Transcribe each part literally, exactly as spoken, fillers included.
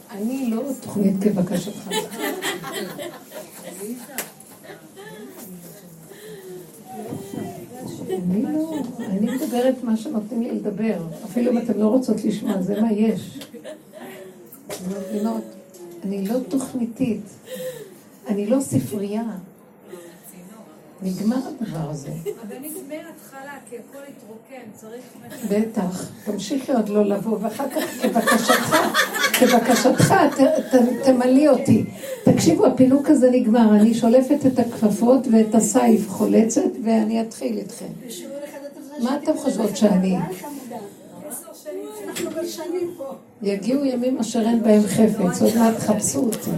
אני לא תוכנית כבקשתך. אני לא, אני מדברת מה שנותנים לי לדבר. אפילו אם אתם לא רוצות לשמוע, זה מה יש. אתם לא מבינות? אני לא תוכניתית. אני לא ספרייה. נגמר הדבר הזה. אבל נגמר התחלה, כי הכל התרוקן, צריך... בטח, תמשיכי עוד לא לבוא, ואחר כך כבקשתך, כבקשתך, תמלאי אותי. תקשיבו, הפינוק הזה נגמר, אני שולפת את הכפפות ואת הסייף חולצת, ואני אתחיל איתכם. מה אתם חושבות שאני? יגיעו ימים אשר אין בהם חפץ, עוד מעט תחפשו אותי.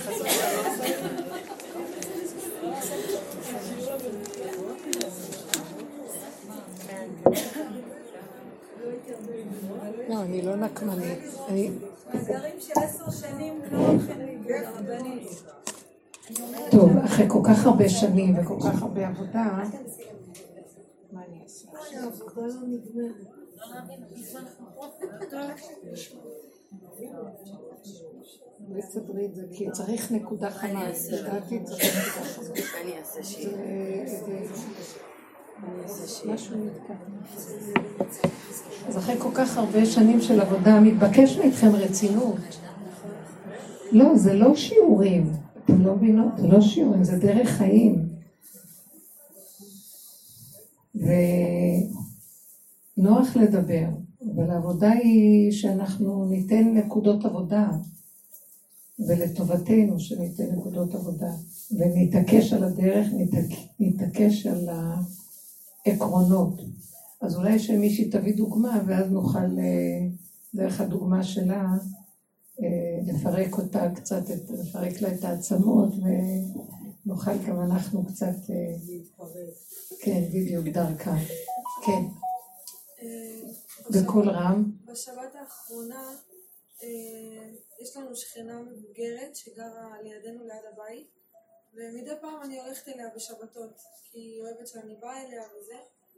לא, אני לא נקמנית. הסגרים של עשר שנים לא הולכים לרבנית. טוב, אחרי כל כך הרבה שנים וכל כך הרבה עבודה, מה אני אעשה? העבודה לא נגמרת. תסדרי את זה, כי צריך נקודה חמה. לדעתי צריך נקודה חמה. אני אעשה שיר. משהו נתקע. אז אחרי כל כך הרבה שנים של עבודה, מתבקש מאיתכם רצינות. לא, זה לא שיעורים. אתם לא מבינות, זה לא שיעורים, זה דרך חיים. ונוח לדבר, אבל העבודה היא שאנחנו ניתן נקודות עבודה, ולטובתנו שניתן נקודות עבודה, ונתעקש על הדרך, נתעקש על העקרונות. אז אולי שמישהי תביא דוגמה, ואז נוכל דרך הדוגמה שלה, לפרק אותה קצת, לפרק לה את העצמות, ונוכל גם אנחנו קצת, כן, בדיוק דרכה, כן. בכל רם. בשבת האחרונה יש לנו שכנה מבוגרת שגרה לידינו ליד הבית, ומדי פעם אני הולכת אליה בשבתות, כי היא אוהבת שאני באה אליה וזה.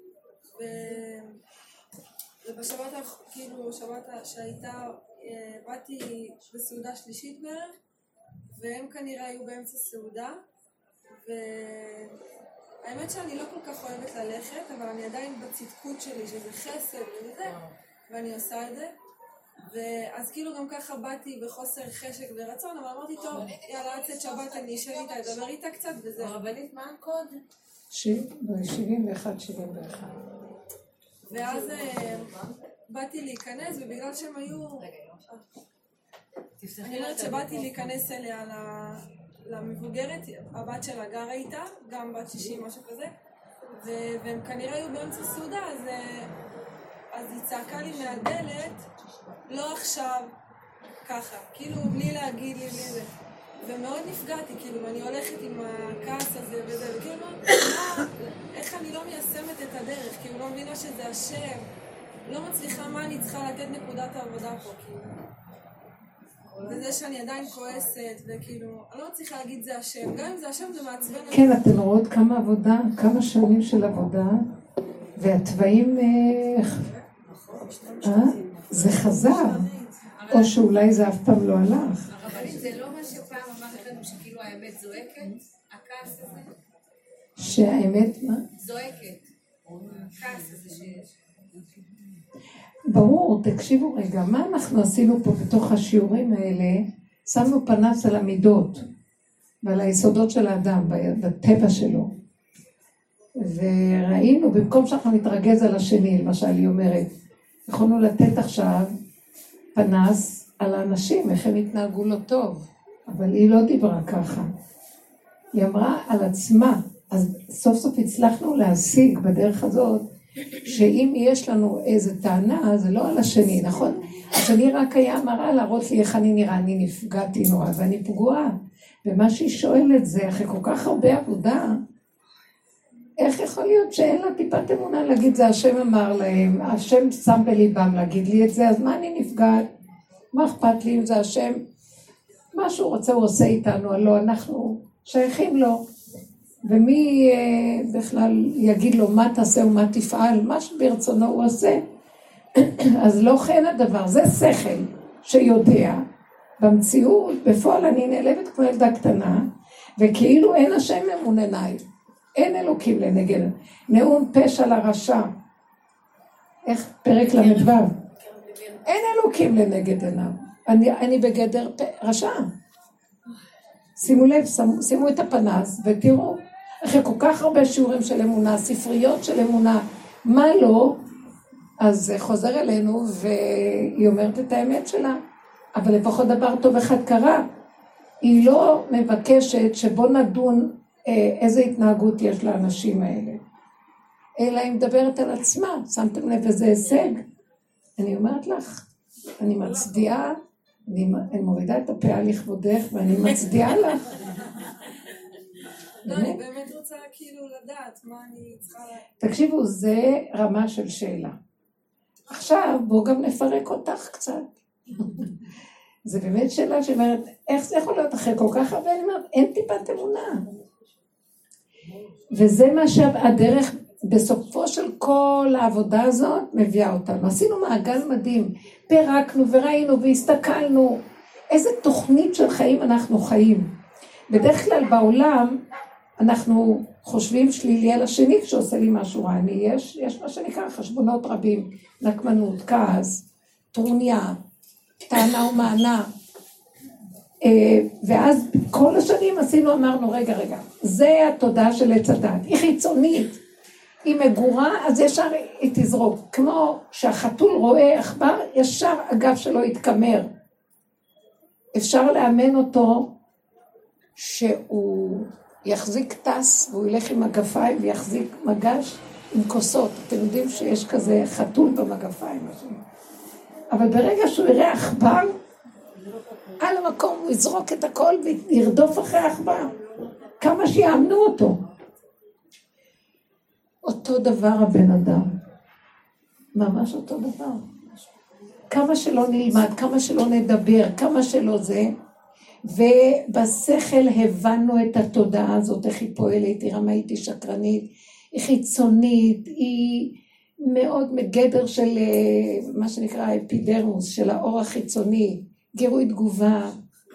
ובשבת, כאילו, שבת שהייתה, באתי בסעודה שלישית בערך, והם כנראה היו באמצע סעודה, והאמת שאני לא כל כך אוהבת ללכת, אבל אני עדיין בצדקות שלי, שזה חסד וזה, ואני עושה את זה. ואז כאילו גם ככה באתי בחוסר חשק ורצון, אבל אמרתי, טוב, יאללה, עד שבת אני אשב איתה, אדבר איתה קצת וזה. הרבנית, מה הקוד? שבעים ואחת, שבעים ואחת. ואז באתי להיכנס, ובגלל שהם היו... אני אומרת שבאתי להיכנס אליה למבוגרת, הבת שלה גרה איתה, גם בת שישים, משהו כזה, והם כנראה היו באמצע סעודה, אז היא צעקה לי מהדלת, לא עכשיו, ככה, כאילו בלי להגיד לי בלי זה. ומאוד נפגעתי, כאילו, ואני הולכת עם הכעס הזה וזה, וכאילו, מה, איך אני לא מיישמת את הדרך, כאילו, לא מבינה שזה השם, לא מצליחה מה אני צריכה לתת נקודת העבודה פה, כאילו. וזה שאני עדיין כועסת, וכאילו, אני לא מצליחה להגיד זה השם, גם אם זה השם זה מעצבן. כן, אתן רואות כמה עבודה, כמה שנים של עבודה, והטבעים, זה חזר, או שאולי זה אף פעם לא הלך. זה לא מה שפעם אמרת לנו שכאילו האמת זועקת, הכעס הזה? שהאמת מה? זועקת, הכעס הזה שיש. ברור, תקשיבו רגע, מה אנחנו עשינו פה בתוך השיעורים האלה? שמנו פנס על המידות ועל היסודות של האדם, בטבע שלו. וראינו, במקום שאנחנו נתרגז על השני, למשל היא אומרת, יכולנו לתת עכשיו פנס על האנשים, איך הם התנהגו לא טוב, אבל היא לא דיברה ככה. היא אמרה על עצמה, אז סוף סוף הצלחנו להשיג בדרך הזאת, שאם יש לנו איזו טענה, זה לא על השני, נכון? השני רק היה מראה להראות לי איך אני נראה, אני נפגעתי נורא ואני פגועה. ומה שהיא שואלת זה, אחרי כל כך הרבה עבודה, איך יכול להיות שאין לה טיפת אמונה להגיד זה השם אמר להם, השם שם בליבם להגיד לי את זה, אז מה אני נפגעת? מה אכפת לי אם זה השם? מה שהוא רוצה הוא עושה איתנו, הלא אנחנו שייכים לו. ומי אה, בכלל יגיד לו מה תעשה ומה תפעל, מה שברצונו הוא עושה. אז לא כן הדבר, זה שכל שיודע, במציאות, בפועל אני נעלבת כמו ילדה קטנה, וכאילו אין השם אמון עיניי, אין אלוקים לנגד, נאום פשע לרשע, איך פרק למדבר, אין אלוקים לנגד עיניו, אני, אני בגדר פ... רשע. שימו לב, שימו, שימו את הפנס ותראו, אחרי כל כך הרבה שיעורים של אמונה, ספריות של אמונה, מה לא, אז זה חוזר אלינו והיא אומרת את האמת שלה, אבל לפחות דבר טוב אחד קרה, היא לא מבקשת שבוא נדון אה, איזה התנהגות יש לאנשים האלה, אלא היא מדברת על עצמה, שמתם לב איזה הישג, אני אומרת לך, אני מצדיעה, אני, אני מורידה את הפאה לכבודך ואני מצדיעה לך. לא, אני באמת רוצה כאילו לדעת מה אני צריכה... תקשיבו, זה רמה של שאלה. עכשיו בואו גם נפרק אותך קצת. זה באמת שאלה שאומרת, איך זה יכול להיות אחרי כל כך הרבה? אני אומרת, אין טיפת אמונה. וזה מה שהדרך, בסופו של כל העבודה הזאת, מביאה אותנו. עשינו מעגל מדהים, פירקנו וראינו והסתכלנו. איזה תוכנית של חיים אנחנו חיים. בדרך כלל בעולם, אנחנו חושבים שלילי על השני כשעושה לי משהו רע. אני, יש, יש מה שנקרא חשבונות רבים, נקמנות, כעס, טרוניה, טענה ומענה. ואז כל השנים עשינו, אמרנו, רגע, רגע, זה התודעה של עץ הדת, היא חיצונית, היא מגורה, אז ישר היא תזרוק. כמו שהחתול רואה עכבר, ישר הגב שלו יתקמר. אפשר לאמן אותו שהוא יחזיק טס, והוא ילך עם מגפיים ויחזיק מגש עם כוסות. אתם יודעים שיש כזה חתול במגפיים. אבל ברגע שהוא יראה עכבר, על המקום הוא יזרוק את הכל וירדוף אחרי העכבר. כמה שיאמנו אותו. אותו דבר הבן אדם. ממש אותו דבר. כמה שלא נלמד, כמה שלא נדבר, כמה שלא זה, ובשכל הבנו את התודעה הזאת, איך היא פועלת, היא רמאית, היא שקרנית, היא חיצונית, היא מאוד מגדר של מה שנקרא האפידרמוס, של האור החיצוני, גירוי תגובה,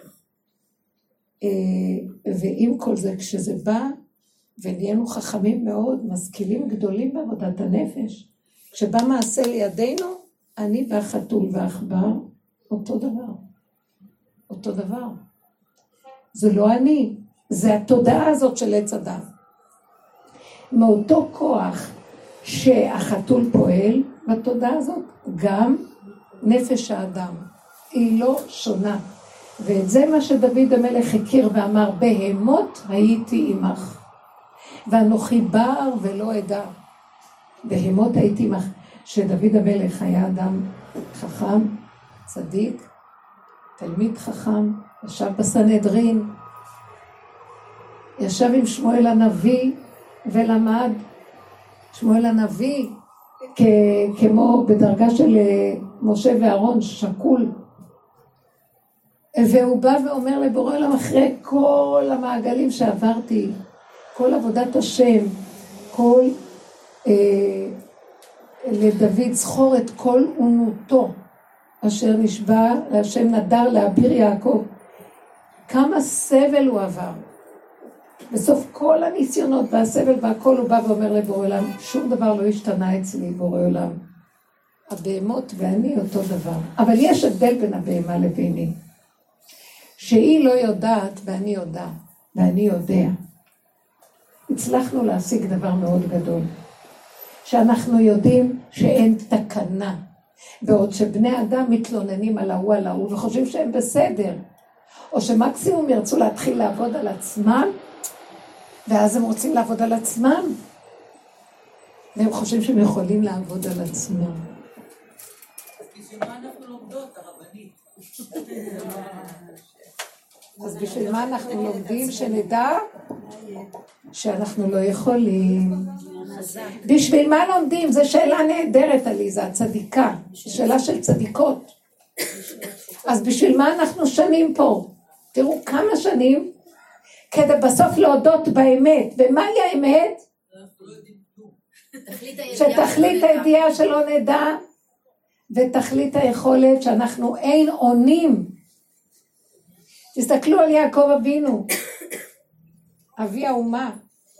ועם כל זה, כשזה בא, ונהיינו חכמים מאוד, משכילים גדולים בעבודת הנפש, כשבא מעשה לידינו, אני והחתול והעכבר, אותו דבר. אותו דבר. זה לא אני, זה התודעה הזאת של עץ הדת. מאותו כוח שהחתול פועל, בתודעה הזאת גם נפש האדם. היא לא שונה. ואת זה מה שדוד המלך הכיר ואמר, בהמות הייתי עמך. ואנוכי בר ולא אדע. בהמות הייתי עמך. שדוד המלך היה אדם חכם, צדיק, תלמיד חכם, ישב בסנהדרין, ישב עם שמואל הנביא ולמד. שמואל הנביא, כ- כמו בדרגה של משה ואהרון, שקול. והוא בא ואומר לבורא עולם, אחרי כל המעגלים שעברתי, כל עבודת השם, כל... אה, לדוד זכור את כל אונותו, אשר נשבע להשם נדר לאביר יעקב. כמה סבל הוא עבר. בסוף כל הניסיונות והסבל והכל הוא בא ואומר לבורא עולם, שום דבר לא השתנה אצלי בורא עולם. הבהמות ואני אותו דבר. אבל יש הבדל בין הבהמה לביני. שהיא לא יודעת ואני יודעת, ואני יודע. הצלחנו להשיג דבר מאוד גדול. שאנחנו יודעים שאין תקנה, בעוד שבני אדם מתלוננים על ההוא על ההוא וחושבים שהם בסדר, או שמקסימום ירצו להתחיל לעבוד על עצמם, ואז הם רוצים לעבוד על עצמם, והם חושבים שהם יכולים לעבוד על עצמם. אז בשביל מה אנחנו לומדות, הרבנית? אז בשביל מה אנחנו לומדים? שנדע שאנחנו לא יכולים. בשביל מה לומדים? זו שאלה נהדרת, עליזה, הצדיקה. שאלה של צדיקות. אז בשביל מה אנחנו שנים פה? תראו כמה שנים, כדי בסוף להודות באמת. ומהי האמת? שתכלית הידיעה שלא נדע, ותכלית היכולת שאנחנו אין עונים. תסתכלו על יעקב אבינו, אבי האומה.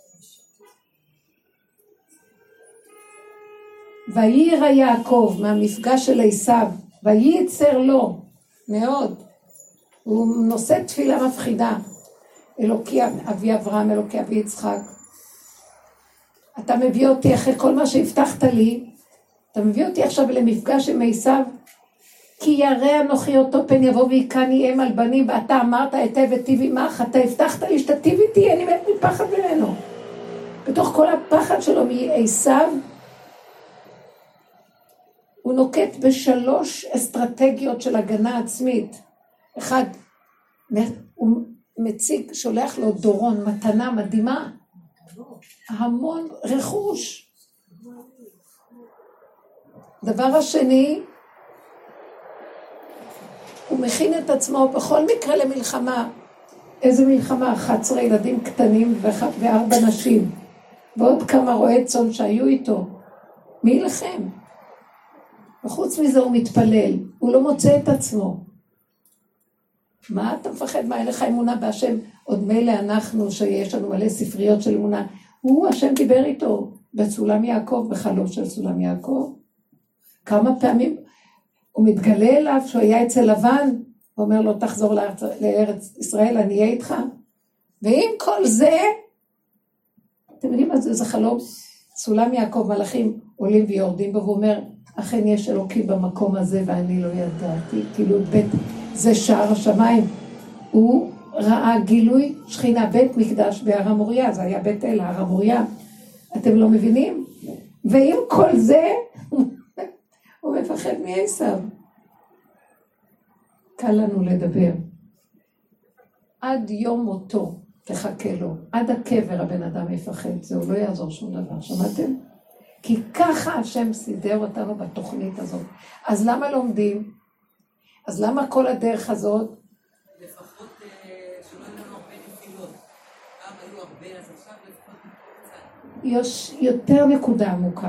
ויירא יעקב מהמפגש של עשיו, וייצר לו מאוד. הוא נושא תפילה מפחידה. אלוקי אבי אברהם, אלוקי אבי יצחק. אתה מביא אותי אחרי כל מה שהבטחת לי, אתה מביא אותי עכשיו למפגש עם עשיו, כי ירא אנוכי אותו פן יבוא ויקני אם על בנים, ואתה אמרת היטב וטיב עמך, אתה הבטחת לי שתטיב איתי, אני מת מפחד ממנו. בתוך כל הפחד שלו מעשיו, הוא נוקט בשלוש אסטרטגיות של הגנה עצמית. אחד, הוא מציג, שולח לו דורון, מתנה מדהימה, המון רכוש. דבר השני, הוא מכין את עצמו בכל מקרה למלחמה. איזה מלחמה? אחת עשרה ילדים קטנים וארבע נשים, ועוד כמה רועי צאן שהיו איתו. מי ילחם? וחוץ מזה הוא מתפלל, הוא לא מוצא את עצמו. מה אתה מפחד? מה, אין לך אמונה בהשם? עוד מילא אנחנו שיש לנו מלא ספריות של אמונה. הוא, השם דיבר איתו בסולם יעקב, בחלום של סולם יעקב. כמה פעמים הוא מתגלה אליו שהוא היה אצל לבן, הוא אומר לו תחזור לארץ, לארץ ישראל, אני אהיה איתך. ועם כל זה, אתם יודעים מה זה? זה חלום. סולם יעקב, מלאכים עולים ויורדים בו, והוא אומר, אכן יש אלוקים במקום הזה ואני לא ידעתי, כאילו בית, זה שער השמיים. הוא ראה גילוי שכינה, בית מקדש בהר המוריה, זה היה בית אל, הר המוריה. אתם לא מבינים? ועם כל זה, הוא מפחד מעשיו. קל לנו לדבר. עד יום מותו תחכה לו, עד הקבר הבן אדם יפחד, זהו לא יעזור שום דבר, שמעתם? כי ככה השם סידר אותנו בתוכנית הזאת. אז למה לומדים? אז למה כל הדרך הזאת? לפחות שלא היו לנו הרבה נפילות. פעם היו הרבה, אז עכשיו לפחות קצת. יש יותר נקודה עמוקה.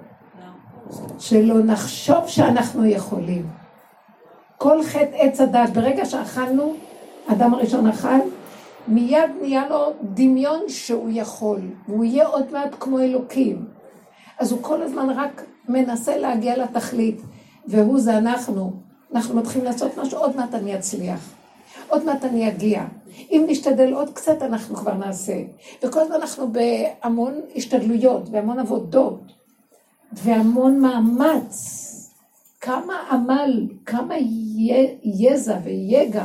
שלא נחשוב שאנחנו יכולים. כל חטא עץ הדת, ברגע שאכלנו, אדם הראשון אכל, מיד נהיה לו דמיון שהוא יכול, והוא יהיה עוד מעט כמו אלוקים. אז הוא כל הזמן רק מנסה להגיע לתכלית, והוא זה אנחנו. אנחנו מתחילים לעשות משהו, עוד מעט אני אצליח. עוד מעט אני אגיע. אם נשתדל עוד קצת, אנחנו כבר נעשה. וכל הזמן אנחנו בהמון השתדלויות, והמון עבודות, והמון מאמץ. כמה עמל, כמה יזע ויגע.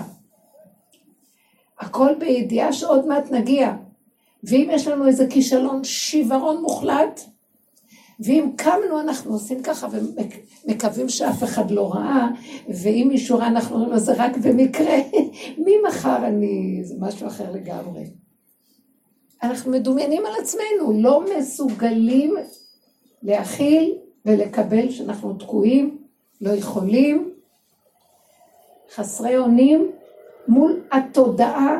הכל בידיעה שעוד מעט נגיע. ואם יש לנו איזה כישלון, שיוורון מוחלט, ואם קמנו אנחנו עושים ככה ומקווים שאף אחד לא ראה, ואם מישהו ראה אנחנו אומרים לו זה רק במקרה, מי מחר אני, זה משהו אחר לגמרי. אנחנו מדומיינים על עצמנו, לא מסוגלים להכיל ולקבל שאנחנו תקועים, לא יכולים, חסרי אונים, מול התודעה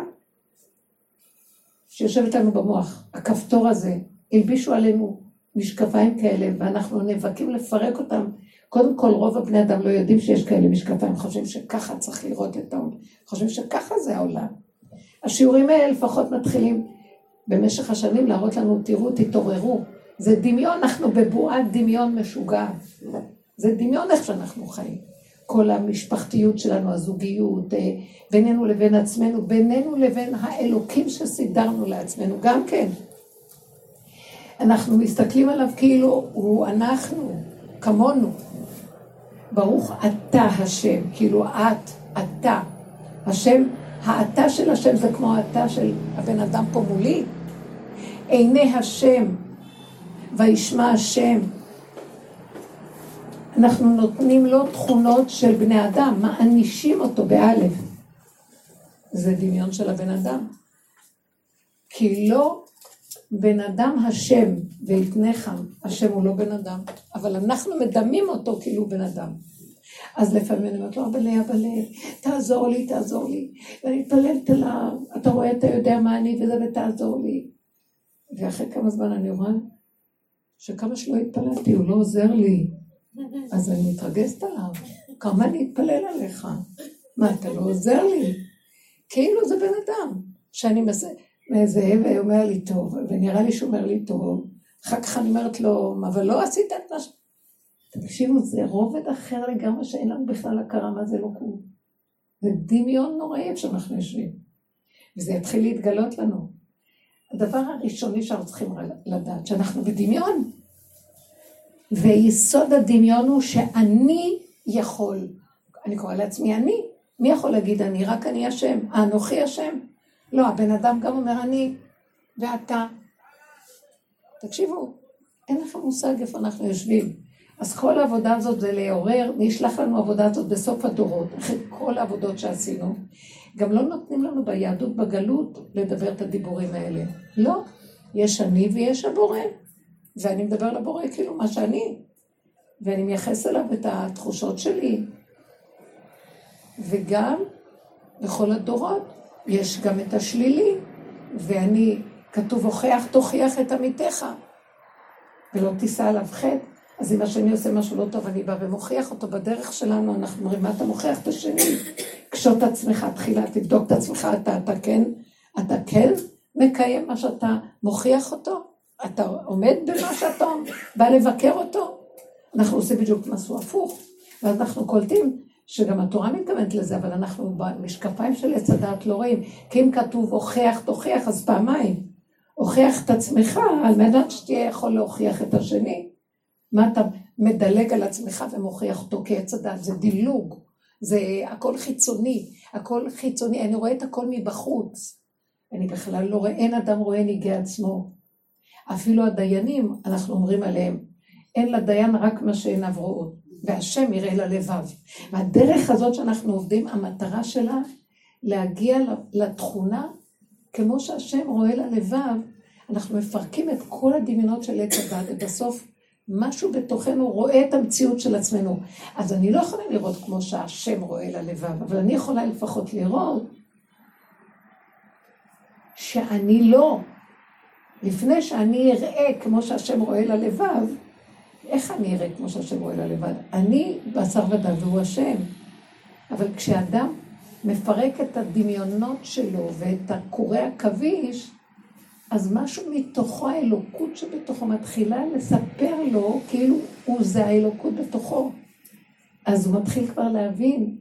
שיושבת לנו במוח, הכפתור הזה, הלבישו עלינו משקפיים כאלה, ואנחנו נאבקים לפרק אותם. קודם כל, רוב הבני אדם לא יודעים שיש כאלה משקפיים, חושבים שככה צריך לראות את העולם, חושבים שככה זה העולם. השיעורים האלה לפחות מתחילים במשך השנים להראות לנו, תראו, תתעוררו. זה דמיון, אנחנו בבועת דמיון משוגע. זה דמיון איך שאנחנו חיים. כל המשפחתיות שלנו, הזוגיות, בינינו לבין עצמנו, בינינו לבין האלוקים שסידרנו לעצמנו, גם כן. אנחנו מסתכלים עליו כאילו הוא אנחנו, כמונו. ברוך אתה השם, כאילו את, אתה. השם, האתה של השם זה כמו האתה של הבן אדם פה מולי. עיני השם, וישמע השם. אנחנו נותנים לו תכונות של בני אדם, מענישים אותו באלף. זה דמיון של הבן אדם. כי לא בן אדם השם ויתנחם, השם הוא לא בן אדם, אבל אנחנו מדמים אותו כאילו הוא בן אדם. אז לפעמים אני אומרת לו, אבאלה, אבאלה, תעזור לי, תעזור לי. ואני מתפללת אליו, אתה רואה, אתה יודע מה אני וזה ותעזור לי. ואחרי כמה זמן אני רואה, שכמה שלא התפללתי, הוא לא עוזר לי. אז אני מתרגזת עליו, כמה אני אתפלל עליך? מה, אתה לא עוזר לי? כאילו זה בן אדם, שאני מזהה ואומר לי טוב, ונראה לי שהוא אומר לי טוב, אחר כך אני אומרת לו, אבל לא עשית את מה ש... תקשיבו, זה רובד אחר לגמרי שאין לנו בכלל הכרה מה זה אלוקות. זה דמיון נוראי שאנחנו יושבים. וזה יתחיל להתגלות לנו. הדבר הראשוני שאנחנו צריכים לדעת, שאנחנו בדמיון. ויסוד הדמיון הוא שאני יכול, אני קורא לעצמי אני, מי יכול להגיד אני? רק אני השם, האנוכי השם? לא, הבן אדם גם אומר אני ואתה. תקשיבו, אין לכם מושג איפה אנחנו יושבים. אז כל העבודה הזאת זה לעורר, נשלח לנו עבודה הזאת בסוף הדורות, אחרי כל העבודות שעשינו. גם לא נותנים לנו ביהדות בגלות לדבר את הדיבורים האלה. לא, יש אני ויש הבורא. ואני מדבר לבורא כאילו מה שאני. ואני מייחס אליו את התחושות שלי. וגם בכל הדורות יש גם את השלילי. ואני, כתוב הוכח תוכיח את עמיתך. ולא תישא עליו חטא. אז אם השני עושה משהו לא טוב, אני בא ומוכיח אותו בדרך שלנו, אנחנו אומרים, מה אתה מוכיח את השני? קשוט עצמך, תחילה, תבדוק את עצמך, אתה, אתה כן, אתה כן מקיים מה שאתה מוכיח אותו? אתה עומד במה שאתה בא לבקר אותו? אנחנו עושים בדיוק משהו הפוך, ואז אנחנו קולטים שגם התורה מתכוונת לזה, אבל אנחנו במשקפיים של עץ הדעת לא רואים, כי אם כתוב הוכח, תוכיח, אז פעמיים, הוכיח את עצמך, על מנת שתהיה יכול להוכיח את השני, מה אתה מדלג על עצמך ומוכיח אותו כעץ הדעת, זה דילוג, זה הכל חיצוני, הכל חיצוני, אני רואה את הכל מבחוץ, אני בכלל לא רואה, אין אדם רואה ניגי עצמו, אפילו הדיינים, אנחנו אומרים עליהם, אין לדיין רק מה שעיניו רואות, והשם יראה ללבב, והדרך הזאת שאנחנו עובדים, המטרה שלה, להגיע לתכונה, כמו שהשם רואה ללבב, אנחנו מפרקים את כל הדמיונות של עץ הדעת, ובסוף, משהו בתוכנו רואה את המציאות של עצמנו. אז אני לא יכולה לראות כמו שהשם רואה ללבב, אבל אני יכולה לפחות לראות שאני לא, לפני שאני אראה כמו שהשם רואה ללבב, איך אני אראה כמו שהשם רואה ללבב? אני בשר ודם והוא השם. אבל כשאדם מפרק את הדמיונות שלו ואת הקורא הכביש, אז משהו מתוכו, האלוקות שבתוכו מתחילה לספר לו, כאילו הוא זה האלוקות בתוכו. אז הוא מתחיל כבר להבין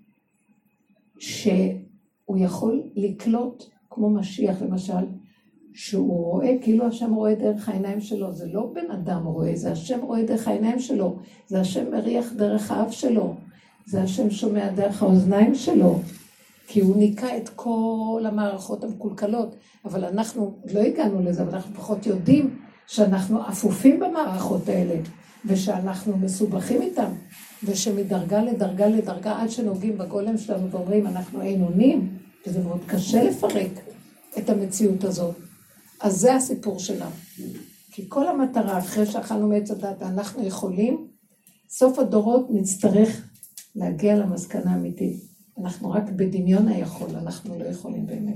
שהוא יכול לקלוט כמו משיח למשל, שהוא רואה כאילו השם רואה דרך העיניים שלו, זה לא בן אדם רואה, זה השם רואה דרך העיניים שלו, זה השם מריח דרך האף שלו, זה השם שומע דרך האוזניים שלו, כי הוא ניקה את כל המערכות המקולקלות, אבל אנחנו לא הגענו לזה, אבל אנחנו פחות יודעים שאנחנו אפופים במערכות האלה, ושאנחנו מסובכים איתם, ושמדרגה לדרגה לדרגה, עד שנוגעים בגולם שלנו ואומרים, אנחנו אין אונים, וזה מאוד קשה לפרק את המציאות הזאת. אז זה הסיפור שלנו. כי כל המטרה, אחרי שאכלנו מעץ הדת, אנחנו יכולים, סוף הדורות נצטרך להגיע למסקנה האמיתית. אנחנו רק בדמיון היכול, אנחנו לא יכולים באמת.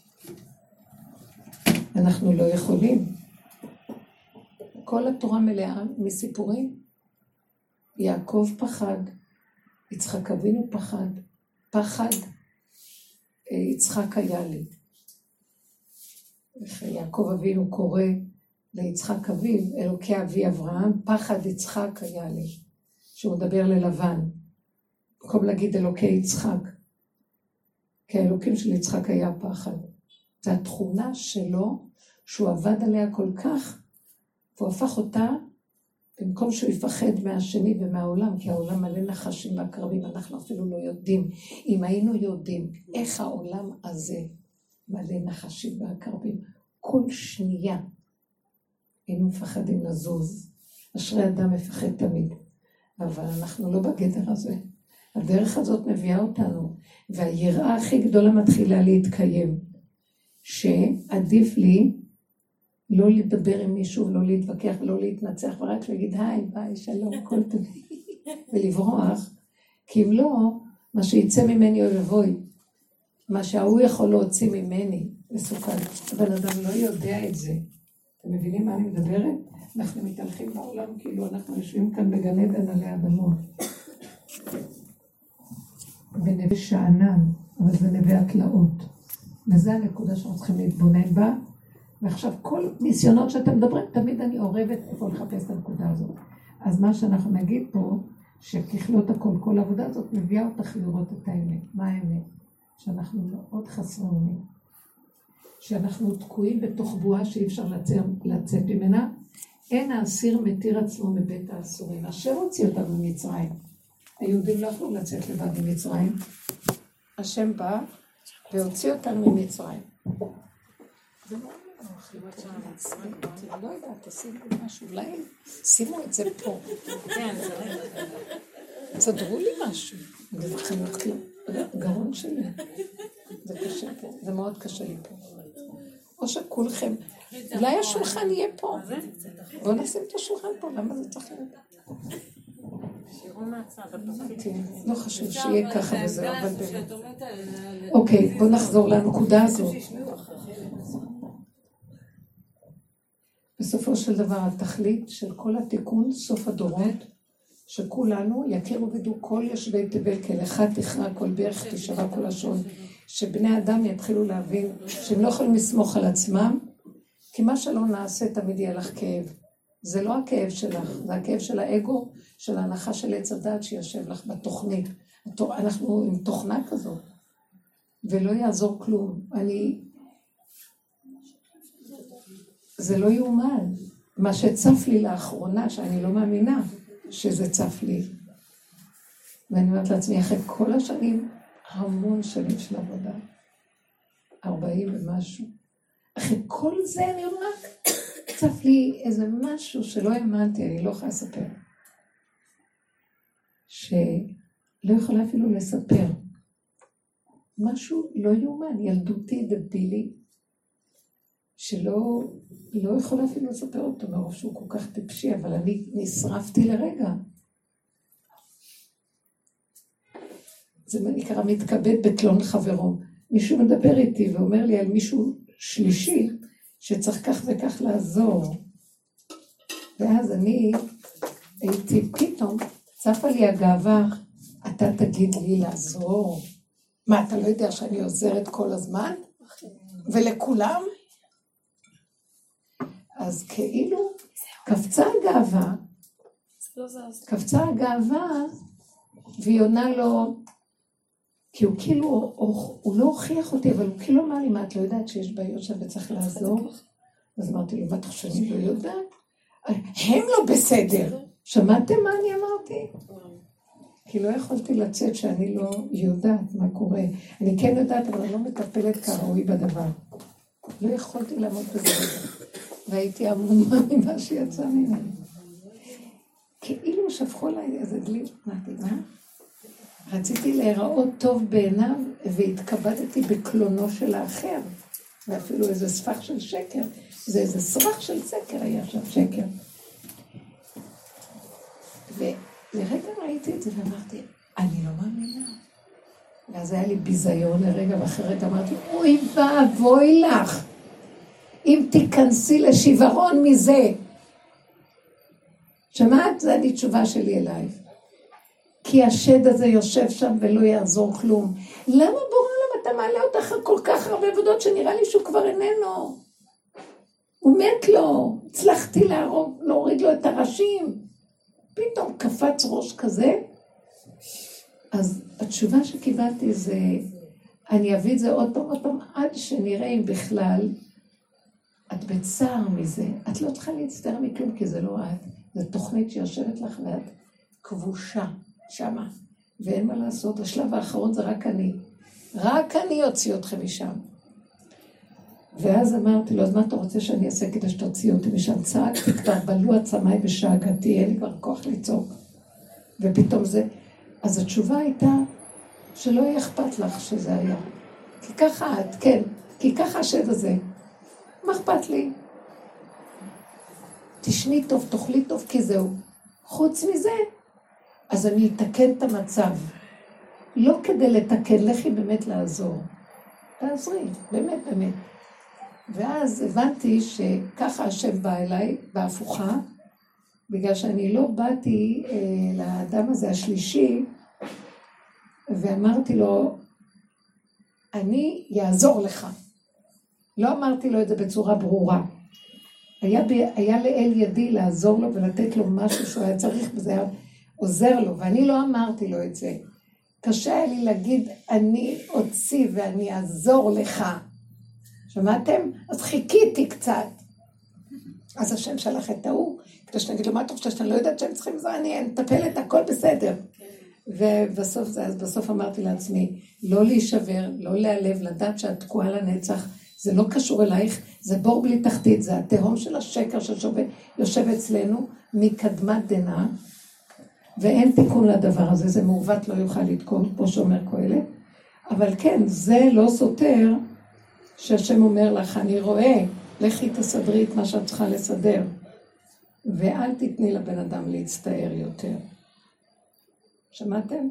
אנחנו לא יכולים. כל התורה מלאה מסיפורים. יעקב פחד, יצחק אבינו פחד, פחד יצחק היה לי. יעקב אבינו קורא ליצחק אביו, אלוקי אבי אברהם, פחד יצחק היה לי, שהוא מדבר ללבן, במקום להגיד אלוקי יצחק, כי האלוקים של יצחק היה פחד. זה התכונה שלו, שהוא עבד עליה כל כך, והוא הפך אותה, במקום שהוא יפחד מהשני ומהעולם, כי העולם מלא נחשים והקרבים, אנחנו אפילו לא יודעים. אם היינו יודעים איך העולם הזה מלא נחשים והקרבים, כל שנייה היינו מפחדים לזוז. אשרי אדם מפחד תמיד, אבל אנחנו לא בגדר הזה. הדרך הזאת מביאה אותנו, והיראה הכי גדולה מתחילה להתקיים, שעדיף לי לא לדבר עם מישהו, לא להתווכח, לא להתנצח, ורק להגיד, היי, ביי, שלום, כל טוב, ולברוח, כי אם לא, מה שיצא ממני או לבוי, מה שההוא יכול להוציא ממני, מסוכן. הבן אדם לא יודע את זה. אתם מבינים מה אני מדברת? אנחנו מתהלכים בעולם, כאילו אנחנו יושבים כאן בגן עדן עלי אדמות. בנווה שאנן, אבל זה נווה התלאות. וזו הנקודה שאנחנו צריכים להתבונן בה. ועכשיו כל ניסיונות שאתם מדברים, תמיד אני עורבת איפה לחפש את הנקודה הזאת. אז מה שאנחנו נגיד פה, שככלות הכל, כל העבודה הזאת מביאה אותך לראות את האמת. מה האמת? שאנחנו מאוד חסרי אונים. שאנחנו תקועים בתוך בועה שאי אפשר לצאת ממנה. אין האסיר מתיר עצמו מבית האסורים. השם הוציא אותנו ממצרים. היהודים לא יכלו לצאת לבד ממצרים. השם בא והוציא אותנו ממצרים. זה לא אני לא יודעת, תשימו משהו, אולי שימו את זה פה. תסדרו לי משהו. אני לכם הולכת לגרון שלי. זה קשה פה, זה מאוד קשה לי פה. או שכולכם, אולי השולחן יהיה פה. בואו נשים את השולחן פה, למה זה צריך להיות? לא חשוב שיהיה ככה וזהו, אבל באמת. אוקיי, בואו נחזור לנקודה הזאת. בסופו של דבר, התכלית של כל התיקון, סוף הדורות, שכולנו יכירו וידעו כל יושבי תבל, כאל אחד תכרע כל ברך, תשבע כל לשון, שבני אדם יתחילו להבין שהם לא יכולים לסמוך על עצמם, כי מה שלא נעשה תמיד יהיה לך כאב. זה לא הכאב שלך, זה הכאב של האגו, של ההנחה של עץ הדת שיושב לך בתוכנית. אנחנו עם תוכנה כזאת, ולא יעזור כלום. אני... זה לא יאומן. מה שצף לי לאחרונה, שאני לא מאמינה שזה צף לי. ואני אומרת לעצמי, אחרי כל השנים, המון שנים של עבודה, ארבעים ומשהו. אחרי כל זה אני אומרת, צף לי איזה משהו שלא האמנתי, אני לא יכולה לספר. שלא יכולה אפילו לספר. משהו לא יאומן, ילדותי דבילי, שלא לא יכולה אפילו לספר אותו, מרוב שהוא כל כך טיפשי, אבל אני נשרפתי לרגע. זה נקרא מתכבד בקלון חברו. מישהו מדבר איתי ואומר לי על מישהו שלישי, שצריך כך וכך לעזור. ואז אני הייתי פתאום, צפה לי הגאווה, אתה תגיד לי לעזור. מה, אתה לא יודע שאני עוזרת כל הזמן? ולכולם? אז כאילו קפצה הגאווה, קפצה הגאווה, והיא עונה לו, כי הוא כאילו, הוא לא הוכיח אותי, אבל הוא כאילו אמר לי, מה, את לא יודעת שיש בעיות שם וצריך לעזור? אז אמרתי לו, מה אתה חושב שאני לא יודעת? הם לא בסדר. שמעתם מה אני אמרתי? כי לא יכולתי לצאת שאני לא יודעת מה קורה. אני כן יודעת, אבל אני לא מטפלת כראוי בדבר. לא יכולתי לעמוד בזה. והייתי עמומה ממה שיצא ממני. כאילו שפכו עליי איזה דלי, אמרתי, מה? רציתי להיראות טוב בעיניו, והתכבדתי בקלונו של האחר, ואפילו איזה ספח של שקר, זה איזה סרח של שקר היה שם, שקר. ולרגע ראיתי את זה ואמרתי, אני לא מאמינה. ואז היה לי ביזיון לרגע, ואחרי רגע אמרתי, אוי ואבוי לך, אם תיכנסי לשברון מזה. שמעת? זה אני תשובה שלי אליי. כי השד הזה יושב שם ולא יעזור כלום. למה בורא למה אתה מעלה אותך כל כך הרבה עבודות שנראה לי שהוא כבר איננו? הוא מת לו, הצלחתי להרוג, להוריד לו את הראשים. פתאום קפץ ראש כזה. אז התשובה שקיבלתי זה, אני אביא את זה עוד פעם, עוד פעם, עד שנראה אם בכלל את בצער מזה. את לא צריכה להצטער מכלום, כי זה לא את. זו תוכנית שיושבת לך ואת כבושה שמה. ואין מה לעשות, השלב האחרון זה רק אני. רק אני אוציא אתכם משם. ואז אמרתי לו, אז מה אתה רוצה שאני אעשה כדי שתוציא אותי משם? צעקתי כבר, בלו עצמי בשאגתי, אין לי כבר כוח לצעוק. ופתאום זה, אז התשובה הייתה, שלא יהיה אכפת לך שזה היה. כי ככה את, כן, כי ככה השד הזה. מה אכפת לי? תשני טוב, תאכלי טוב, כי זהו. חוץ מזה, אז אני אתקן את המצב. לא כדי לתקן, לכי באמת לעזור. תעזרי, באמת, באמת. ואז הבנתי שככה השם בא אליי, בהפוכה, בגלל שאני לא באתי אה, לאדם הזה השלישי, ואמרתי לו, אני יעזור לך. לא אמרתי לו את זה בצורה ברורה. היה, ב... היה לאל ידי לעזור לו ולתת לו משהו שהוא היה צריך, וזה היה עוזר לו, ואני לא אמרתי לו את זה. קשה היה לי להגיד, אני אוציא ואני אעזור לך. שמעתם? אז חיכיתי קצת. אז השם שלח את ההוא, כדי שנגיד לו, מה טוב שאתה לא יודעת שהם צריכים זה, אני מטפלת, הכל בסדר. ובסוף זה, אז בסוף אמרתי לעצמי, לא להישבר, לא להיעלב, לדעת שאת תקועה לנצח, זה לא קשור אלייך, זה בור בלי תחתית, זה התהום של השקר שיושב אצלנו, מקדמת דנא, ואין תיקון לדבר הזה, זה מעוות לא יוכל לתקון, כמו שאומר קהלת, אבל כן, זה לא סותר, שהשם אומר לך, אני רואה, לכי תסדרי את מה שאת צריכה לסדר, ואל תתני לבן אדם להצטער יותר. שמעתם?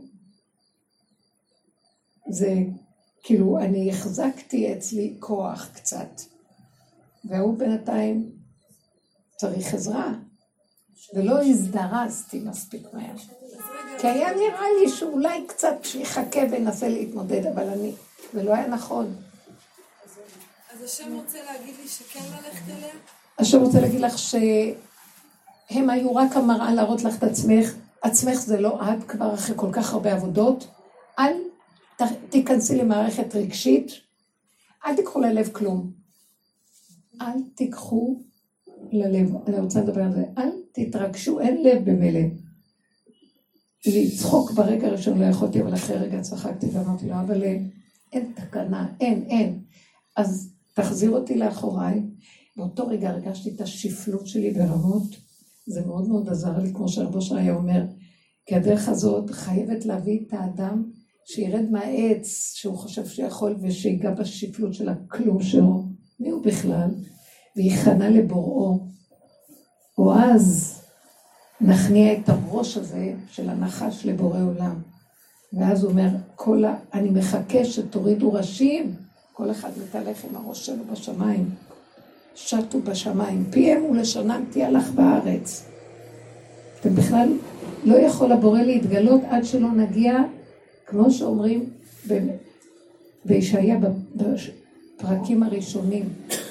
זה כאילו, אני החזקתי אצלי כוח קצת, והוא בינתיים צריך עזרה, ולא הזדרזתי מספיק מהר. כי היה נראה לי שאולי קצת שיחכה ונסה להתמודד, אבל אני, ולא היה נכון. אז השם רוצה להגיד לי שכן ללכת אליה? השם רוצה להגיד לך שהם היו רק המראה להראות לך את עצמך, עצמך זה לא את כבר אחרי כל כך הרבה עבודות, אל תיכנסי למערכת רגשית, אל תיקחו ללב כלום. אל תיקחו ללב, אני רוצה לדבר על זה, אל תתרגשו, אין לב במלא. לצחוק ברגע הראשון לא יכולתי, אבל אחרי רגע צחקתי ואמרתי לו, אבל אין תקנה, אין, אין. אז תחזיר אותי לאחוריי, באותו רגע הרגשתי את השפלות שלי ברמות, זה מאוד מאוד עזר לי, כמו שהרבו שהיה אומר, כי הדרך הזאת חייבת להביא את האדם, שירד מהעץ שהוא חושב שיכול, ושיגע בשפלות של הכלום שלו, מי הוא בכלל? ויחנה לבוראו, או אז נכניע את הראש הזה של הנחש לבורא עולם. ואז הוא אומר, כל ה... אני מחכה שתורידו ראשים, כל אחד מתהלך עם הראש שלו בשמיים, שטו בשמיים, פיהם ולשונם תהיה לך בארץ. אתם בכלל לא יכול הבורא להתגלות עד שלא נגיע, כמו שאומרים בישעיה בפרקים הראשונים,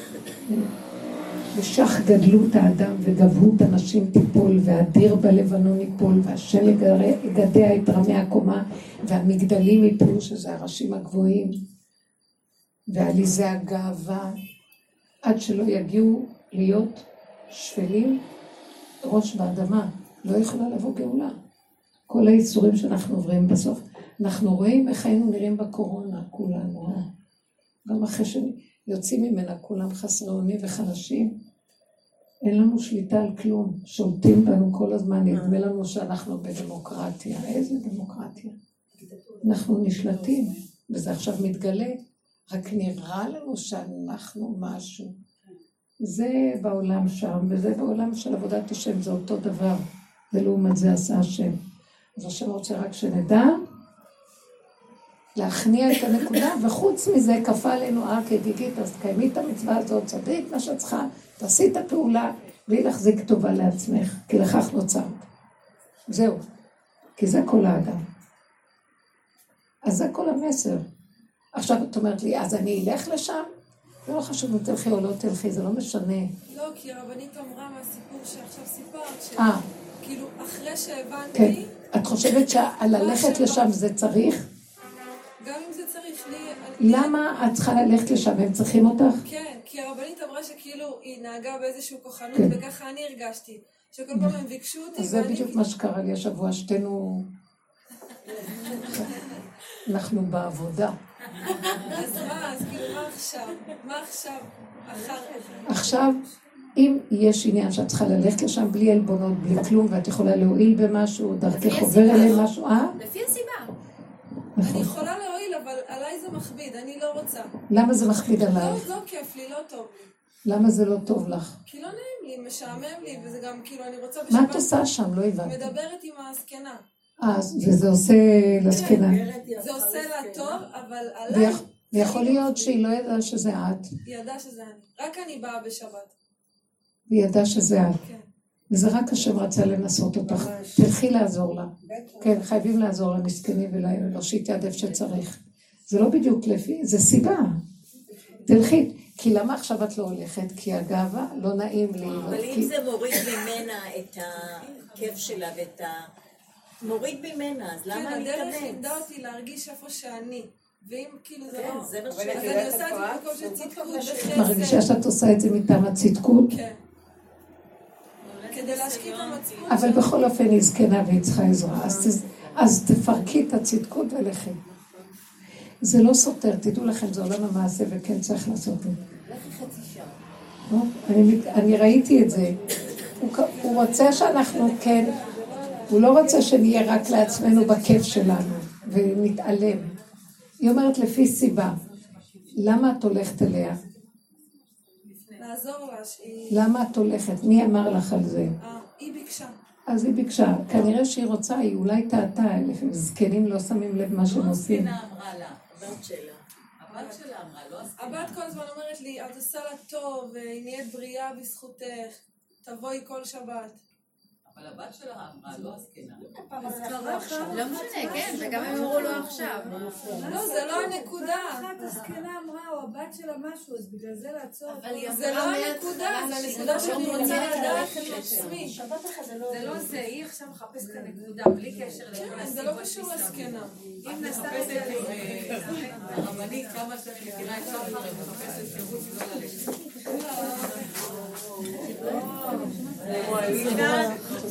ושח גדלו את האדם וגבהו את הנשים תיפול, והדיר בלבנון ייפול, והשם יגדע את רמי הקומה, והמגדלים ייפלו, שזה הראשים הגבוהים, ועליזי הגאווה, עד שלא יגיעו להיות שפלים, ראש באדמה, לא יכולה לבוא גאולה. כל האיסורים שאנחנו עוברים בסוף, אנחנו רואים איך היינו נראים בקורונה, כולנו, גם אחרי שיוצאים ממנה כולם חסרי אונים וחלשים, אין לנו שליטה על כלום, שולטים בנו כל הזמן, נדמה לנו שאנחנו בדמוקרטיה. איזה דמוקרטיה? אנחנו נשלטים, וזה עכשיו מתגלה, רק נראה לנו שאנחנו משהו. זה בעולם שם, וזה בעולם של עבודת השם, זה אותו דבר, ולעומת זה עשה השם. אז השם רוצה רק שנדע, להכניע את הנקודה, וחוץ מזה כפה עלינו הר כגיגית, אז תקיימי את המצווה הזאת, צדי את מה שאת צריכה, תעשי את הפעולה, בלי להחזיק טובה לעצמך, כי לכך נוצרת. זהו, כי זה כל האדם. אז זה כל המסר. עכשיו את אומרת לי, אז אני אלך לשם? זה לא חשוב אם תלכי או לא תלכי, זה לא משנה. לא, כי הרבנית אמרה מהסיפור שעכשיו סיפרת, אה. כאילו אחרי שהבנתי... כן, את חושבת שללכת לשם זה צריך? גם אם זה צריך לי... למה את צריכה ללכת לשם? הם צריכים אותך? כן, כי הרבנית אמרה שכאילו היא נהגה באיזשהו כוחנות, כן. וככה אני הרגשתי. שכל פעם הם ביקשו אותי אז זה ואני... בדיוק מה שקרה לי השבוע, שתינו... אנחנו בעבודה. אז מה, אז כאילו מה עכשיו? מה עכשיו? אחר... עכשיו, אם יש עניין שאת צריכה ללכת לשם בלי אלבונות, בלי כלום, ואת יכולה להועיל במשהו, דרכך עובר אליהם משהו, אה? לפי הסיבה. אני יכולה להועיל, אבל עליי זה מכביד, אני לא רוצה. למה זה מכביד עלייך? לא, לא כיף לי, לא טוב לי. למה זה לא טוב לך? כי לא נעים לי, משעמם לי, וזה גם כאילו אני רוצה מה את עושה שם? לא הבנתי. מדברת עם הזקנה. אה, וזה עושה לזקנה. זה עושה לה טוב, אבל עליי... ויכול להיות שהיא לא ידעה שזה את. היא ידעה שזה אני. רק אני באה בשבת. היא ידעה שזה את. כן. וזה רק השם רצה לנסות אותך. תלכי לעזור לה. כן, חייבים לעזור למסכנים ולהושיט יד איפה שצריך. זה לא בדיוק לפי, זה סיבה. תלכי, כי למה עכשיו את לא הולכת? כי הגאווה לא נעים לי. אבל אם זה מוריד ממנה את הכיף שלה ואת ה... מוריד ממנה, אז למה להתאמץ? הדרך לימדה אותי להרגיש איפה שאני. ואם כאילו זה לא... זה מה אז ש... אני עושה את זה במקום של צדקות וחסד. מרגישה שאת עושה את זה מטעם הצדקות? כן. כדי להשקיע את המצפון. אבל בכל אופן היא זקנה והיא צריכה עזרה. אז תפרקי את הצדקות ולכי. זה לא סותר, תדעו לכם, זה עולם המעשה וכן צריך לעשות את זה. אני ראיתי את זה. הוא רוצה שאנחנו כן, הוא לא רוצה שנהיה רק לעצמנו בכיף שלנו ונתעלם. היא אומרת לפי סיבה, למה את הולכת אליה? לעזור לה שהיא... למה את הולכת? מי אמר לך על זה? אה, היא ביקשה. אז היא ביקשה, כנראה שהיא רוצה, היא אולי טעתה, זקנים לא שמים לב מה שהם עושים. לא הזקנה אמרה לה, הבת שלה. הבת שלה אמרה, לא הזקנה. הבת כל הזמן אומרת לי, את עושה לה טוב, היא נהיית בריאה בזכותך, תבואי כל שבת. אבל הבת שלה אמרה, לא הזקנה. לא משנה, כן, וגם הם אמרו לו עכשיו. לא, זה לא הנקודה. אחת הזקנה אמרה, או הבת שלה משהו, אז בגלל זה לעצור. זה לא הנקודה, זה הנקודה שאני רוצה לדעת עם עצמי. זה לא זה, היא עכשיו מחפשת את הנקודה, בלי קשר לכל כן, זה לא קשור לזקנה. אם נסתה הרבנית, כמה שאני מכירה את שחר, היא מחפשת שירות לא ללכת.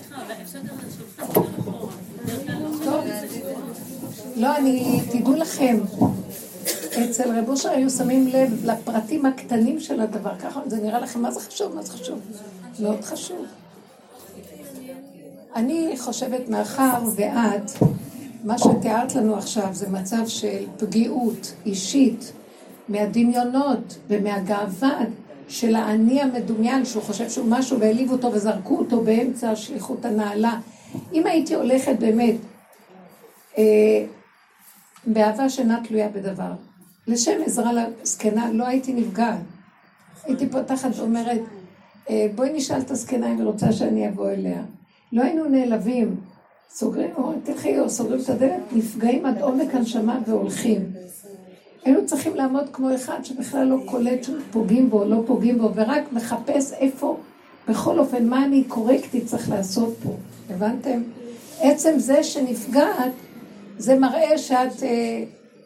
לא, אני, תדעו לכם, אצל רב אושר היו שמים לב לפרטים הקטנים של הדבר, ככה זה נראה לכם, מה זה חשוב, מה זה חשוב? מאוד חשוב. אני חושבת מאחר ואת, מה שתיארת לנו עכשיו זה מצב של פגיעות אישית, מהדמיונות ומהגאווה של האני המדומיין, שהוא חושב שהוא משהו והעליב אותו וזרקו אותו באמצע השליחות הנעלה. אם הייתי הולכת באמת, אה, באהבה שאינה תלויה בדבר, לשם עזרה לזקנה לא הייתי נפגעת. הייתי פותחת ואומרת, אה, בואי נשאל את הזקנה אם היא רוצה שאני אבוא אליה. לא היינו נעלבים, סוגרים, או תלכי או סוגרים את הדלת, נפגעים עד עומק הנשמה והולכים. היינו צריכים לעמוד כמו אחד שבכלל לא קולט שפוגעים בו, לא פוגעים בו, ורק מחפש איפה, בכל אופן, מה אני קורקטי צריך לעשות פה. הבנתם? עצם זה שנפגעת, זה מראה שאת אה,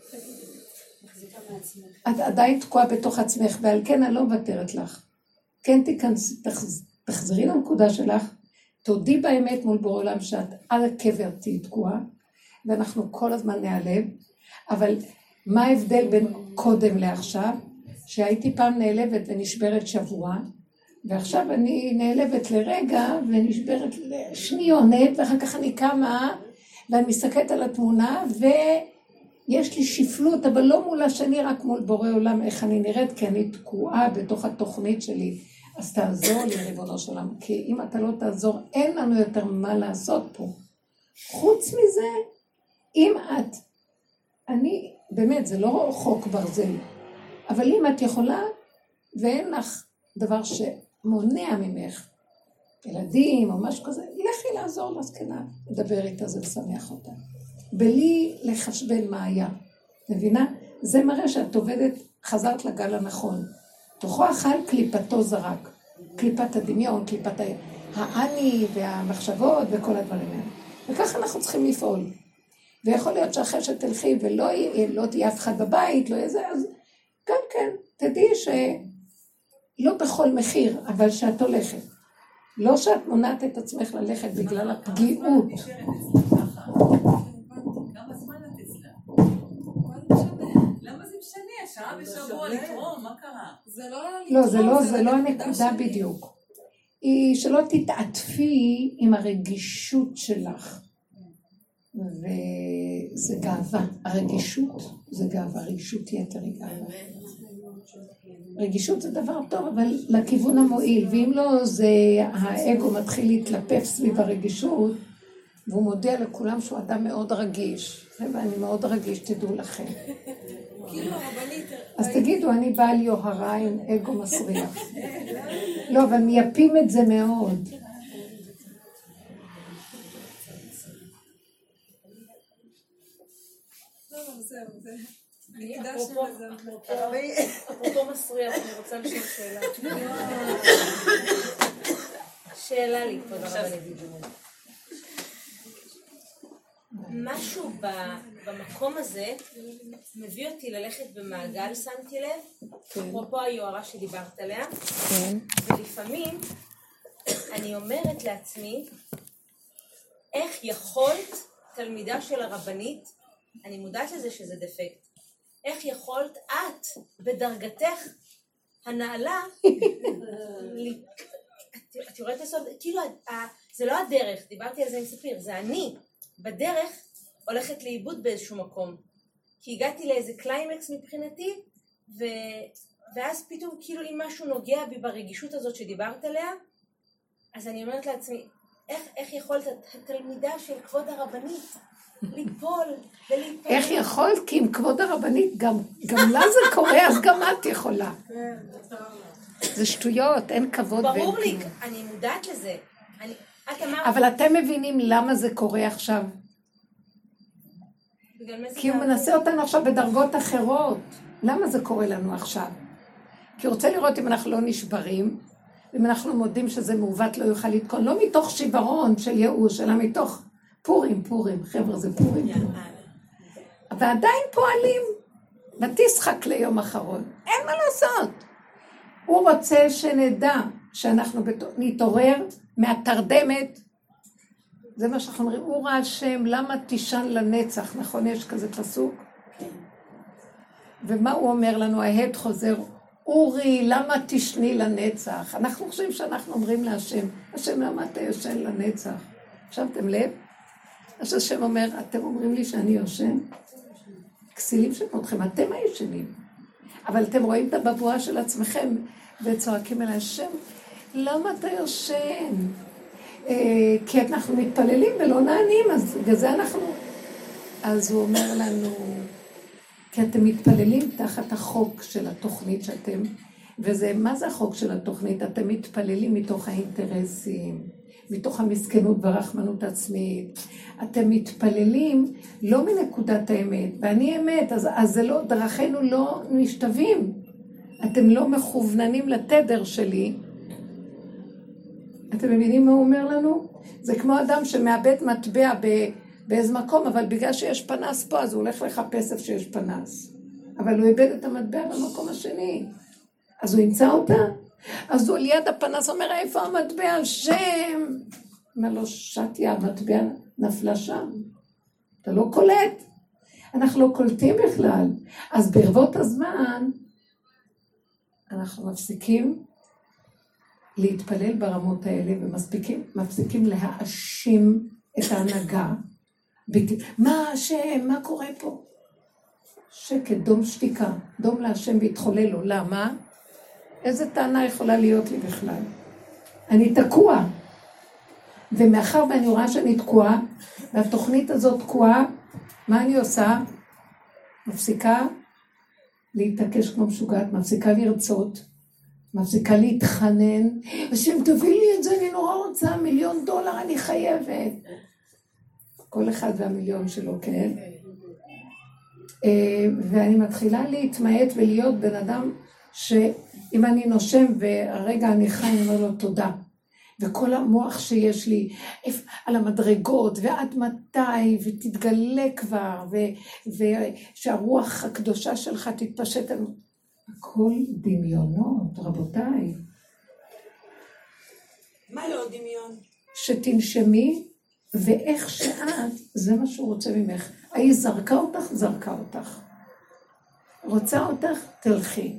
את עדיין תקועה בתוך עצמך, ועל כן אני לא מוותרת לך. כן תיכנס, תחז, תחזרי לנקודה שלך, תודי באמת מול בורא עולם שאת על הקבר תהי תקועה, ואנחנו כל הזמן נעלב, אבל מה ההבדל בין קודם לעכשיו? שהייתי פעם נעלבת ונשברת שבוע, ועכשיו אני נעלבת לרגע ונשברת לשניונת, ואחר כך אני קמה ואני מסתכלת על התמונה ויש לי שפלות, אבל לא מול השני, רק מול בורא עולם, איך אני נראית, כי אני תקועה בתוך התוכנית שלי. אז תעזור לי, ריבונו של עולם, כי אם אתה לא תעזור, אין לנו יותר מה לעשות פה. חוץ מזה, אם את, אני, באמת, זה לא חוק ברזל, אבל אם את יכולה, ואין לך דבר שמונע ממך, ילדים או משהו כזה, לכי לעזור לזקנה, לדבר איתה, זה לשמח אותה. בלי לחשבן מה היה. מבינה? זה מראה שאת עובדת, חזרת לגל הנכון. תוכו אכל, קליפתו זרק. קליפת הדמיון, קליפת העני והמחשבות וכל הדברים האלה. וככה אנחנו צריכים לפעול. ויכול להיות שאחרי שתלכי ולא לא תהיה אף אחד בבית, לא יהיה זה, אז גם כן, תדעי שלא בכל מחיר, אבל שאת הולכת. לא שאת מונעת את עצמך ללכת בגלל הפגיעות. כמה זמן את אצלה? למה זה משנה? שעה בשבוע לתרום, מה קרה? זה לא לא, זה לא, זה לא הנקודה בדיוק. היא שלא תתעטפי עם הרגישות שלך. וזה גאווה. הרגישות זה גאווה, רגישות יתר היא גאווה. רגישות זה דבר טוב, אבל לכיוון המועיל, ואם לא, זה האגו מתחיל להתלפף סביב הרגישות, והוא מודיע לכולם שהוא אדם מאוד רגיש, ואני מאוד רגיש, תדעו לכם. כאילו הרבנית... אז תגידו, אני בעל יוהרה עם אגו מסריח. לא, אבל מייפים את זה מאוד. לא, לא, זהו, זה... הקדשנו לזה. אפרופו מסריח, אני רוצה לשאול שאלה. שאלה לי, כבוד הרבנית דיברו. משהו במקום הזה מביא אותי ללכת במעגל, שמתי לב, אפרופו היוהרה שדיברת עליה, ולפעמים אני אומרת לעצמי, איך יכולת תלמידה של הרבנית, אני מודעת לזה שזה דפקט, איך יכולת את בדרגתך הנעלה, את יורדת לסוד, כאילו זה לא הדרך, דיברתי על זה עם ספיר, זה אני בדרך הולכת לאיבוד באיזשהו מקום, כי הגעתי לאיזה קליימקס מבחינתי, ו... ואז פתאום כאילו אם משהו נוגע בי ברגישות הזאת שדיברת עליה, אז אני אומרת לעצמי, איך, איך יכולת התלמידה של כבוד הרבנית ליפול ולהיפול? איך יכולת? כי עם כבוד הרבנית גם, גם לה זה קורה, אז גם את יכולה. זה שטויות, אין כבוד ואין ברור לי, כלום. אני מודעת לזה. אני, את אמרת... אבל אתם מבינים למה זה קורה עכשיו? כי הוא מנסה אותנו עכשיו בדרגות אחרות. למה זה קורה לנו עכשיו? כי הוא רוצה לראות אם אנחנו לא נשברים, אם אנחנו מודים שזה מעוות לא יוכל לתקון, לא מתוך שיברון של ייאוש, אלא מתוך פורים, פורים, חבר'ה זה פורים. ועדיין פועלים, ותשחק ליום אחרון. אין מה לעשות. הוא רוצה שנדע שאנחנו נתעורר מהתרדמת, זה מה שאנחנו אומרים, אורה השם, למה תישן לנצח, נכון? יש כזה פסוק? ומה הוא אומר לנו? ההד חוזר, אורי, למה תשני לנצח? אנחנו חושבים שאנחנו אומרים להשם, השם, למה אתה יושן לנצח? שמתם לב? אז השם אומר, אתם אומרים לי שאני יושן? כסילים שמותכם, אתם הישנים. אבל אתם רואים את הבבואה של עצמכם, וצועקים אל השם, למה אתה יושן? אה, כי אנחנו מתפללים ולא נענים, אז בגלל זה אנחנו... אז הוא אומר לנו, כי אתם מתפללים תחת החוק של התוכנית שאתם, וזה, מה זה החוק של התוכנית? אתם מתפללים מתוך האינטרסים, מתוך המסכנות והרחמנות עצמית. אתם מתפללים לא מנקודת האמת, ואני אמת, אז, אז זה לא, דרכינו לא נשתווים. אתם לא מכווננים לתדר שלי. אתם מבינים מה הוא אומר לנו? זה כמו אדם שמאבד מטבע ב... באיזה מקום, אבל בגלל שיש פנס פה, אז הוא הולך לחפש איפה שיש פנס. אבל הוא איבד את המטבע במקום השני. אז הוא ימצא אותה. אז הוא על יד הפנס אומר, איפה המטבע? השם! מה לא שתיה, המטבע נפלה שם. אתה לא קולט. אנחנו לא קולטים בכלל. אז ברבות הזמן, אנחנו מפסיקים להתפלל ברמות האלה, ומפסיקים להאשים את ההנהגה. מה השם? מה קורה פה? שקט, דום שתיקה, דום להשם והתחולל לו. למה? איזה טענה יכולה להיות לי בכלל? אני תקוע. ומאחר ואני רואה שאני תקועה, והתוכנית הזאת תקועה, מה אני עושה? מפסיקה להתעקש כמו משוגעת, מפסיקה לרצות, מפסיקה להתחנן, השם תביא לי את זה, אני נורא רוצה, מיליון דולר, אני חייבת. כל אחד והמיליון שלו, כן? ואני מתחילה להתמעט ולהיות בן אדם שאם אני נושם והרגע אני חי, אני אומר לו תודה. וכל המוח שיש לי על המדרגות, ועד מתי, ותתגלה כבר, ושהרוח הקדושה שלך תתפשט. הכל דמיונות, רבותיי. מה לא דמיון? שתנשמי, ואיך שאת, זה מה שהוא רוצה ממך. היא זרקה אותך, זרקה אותך. רוצה אותך, תלכי.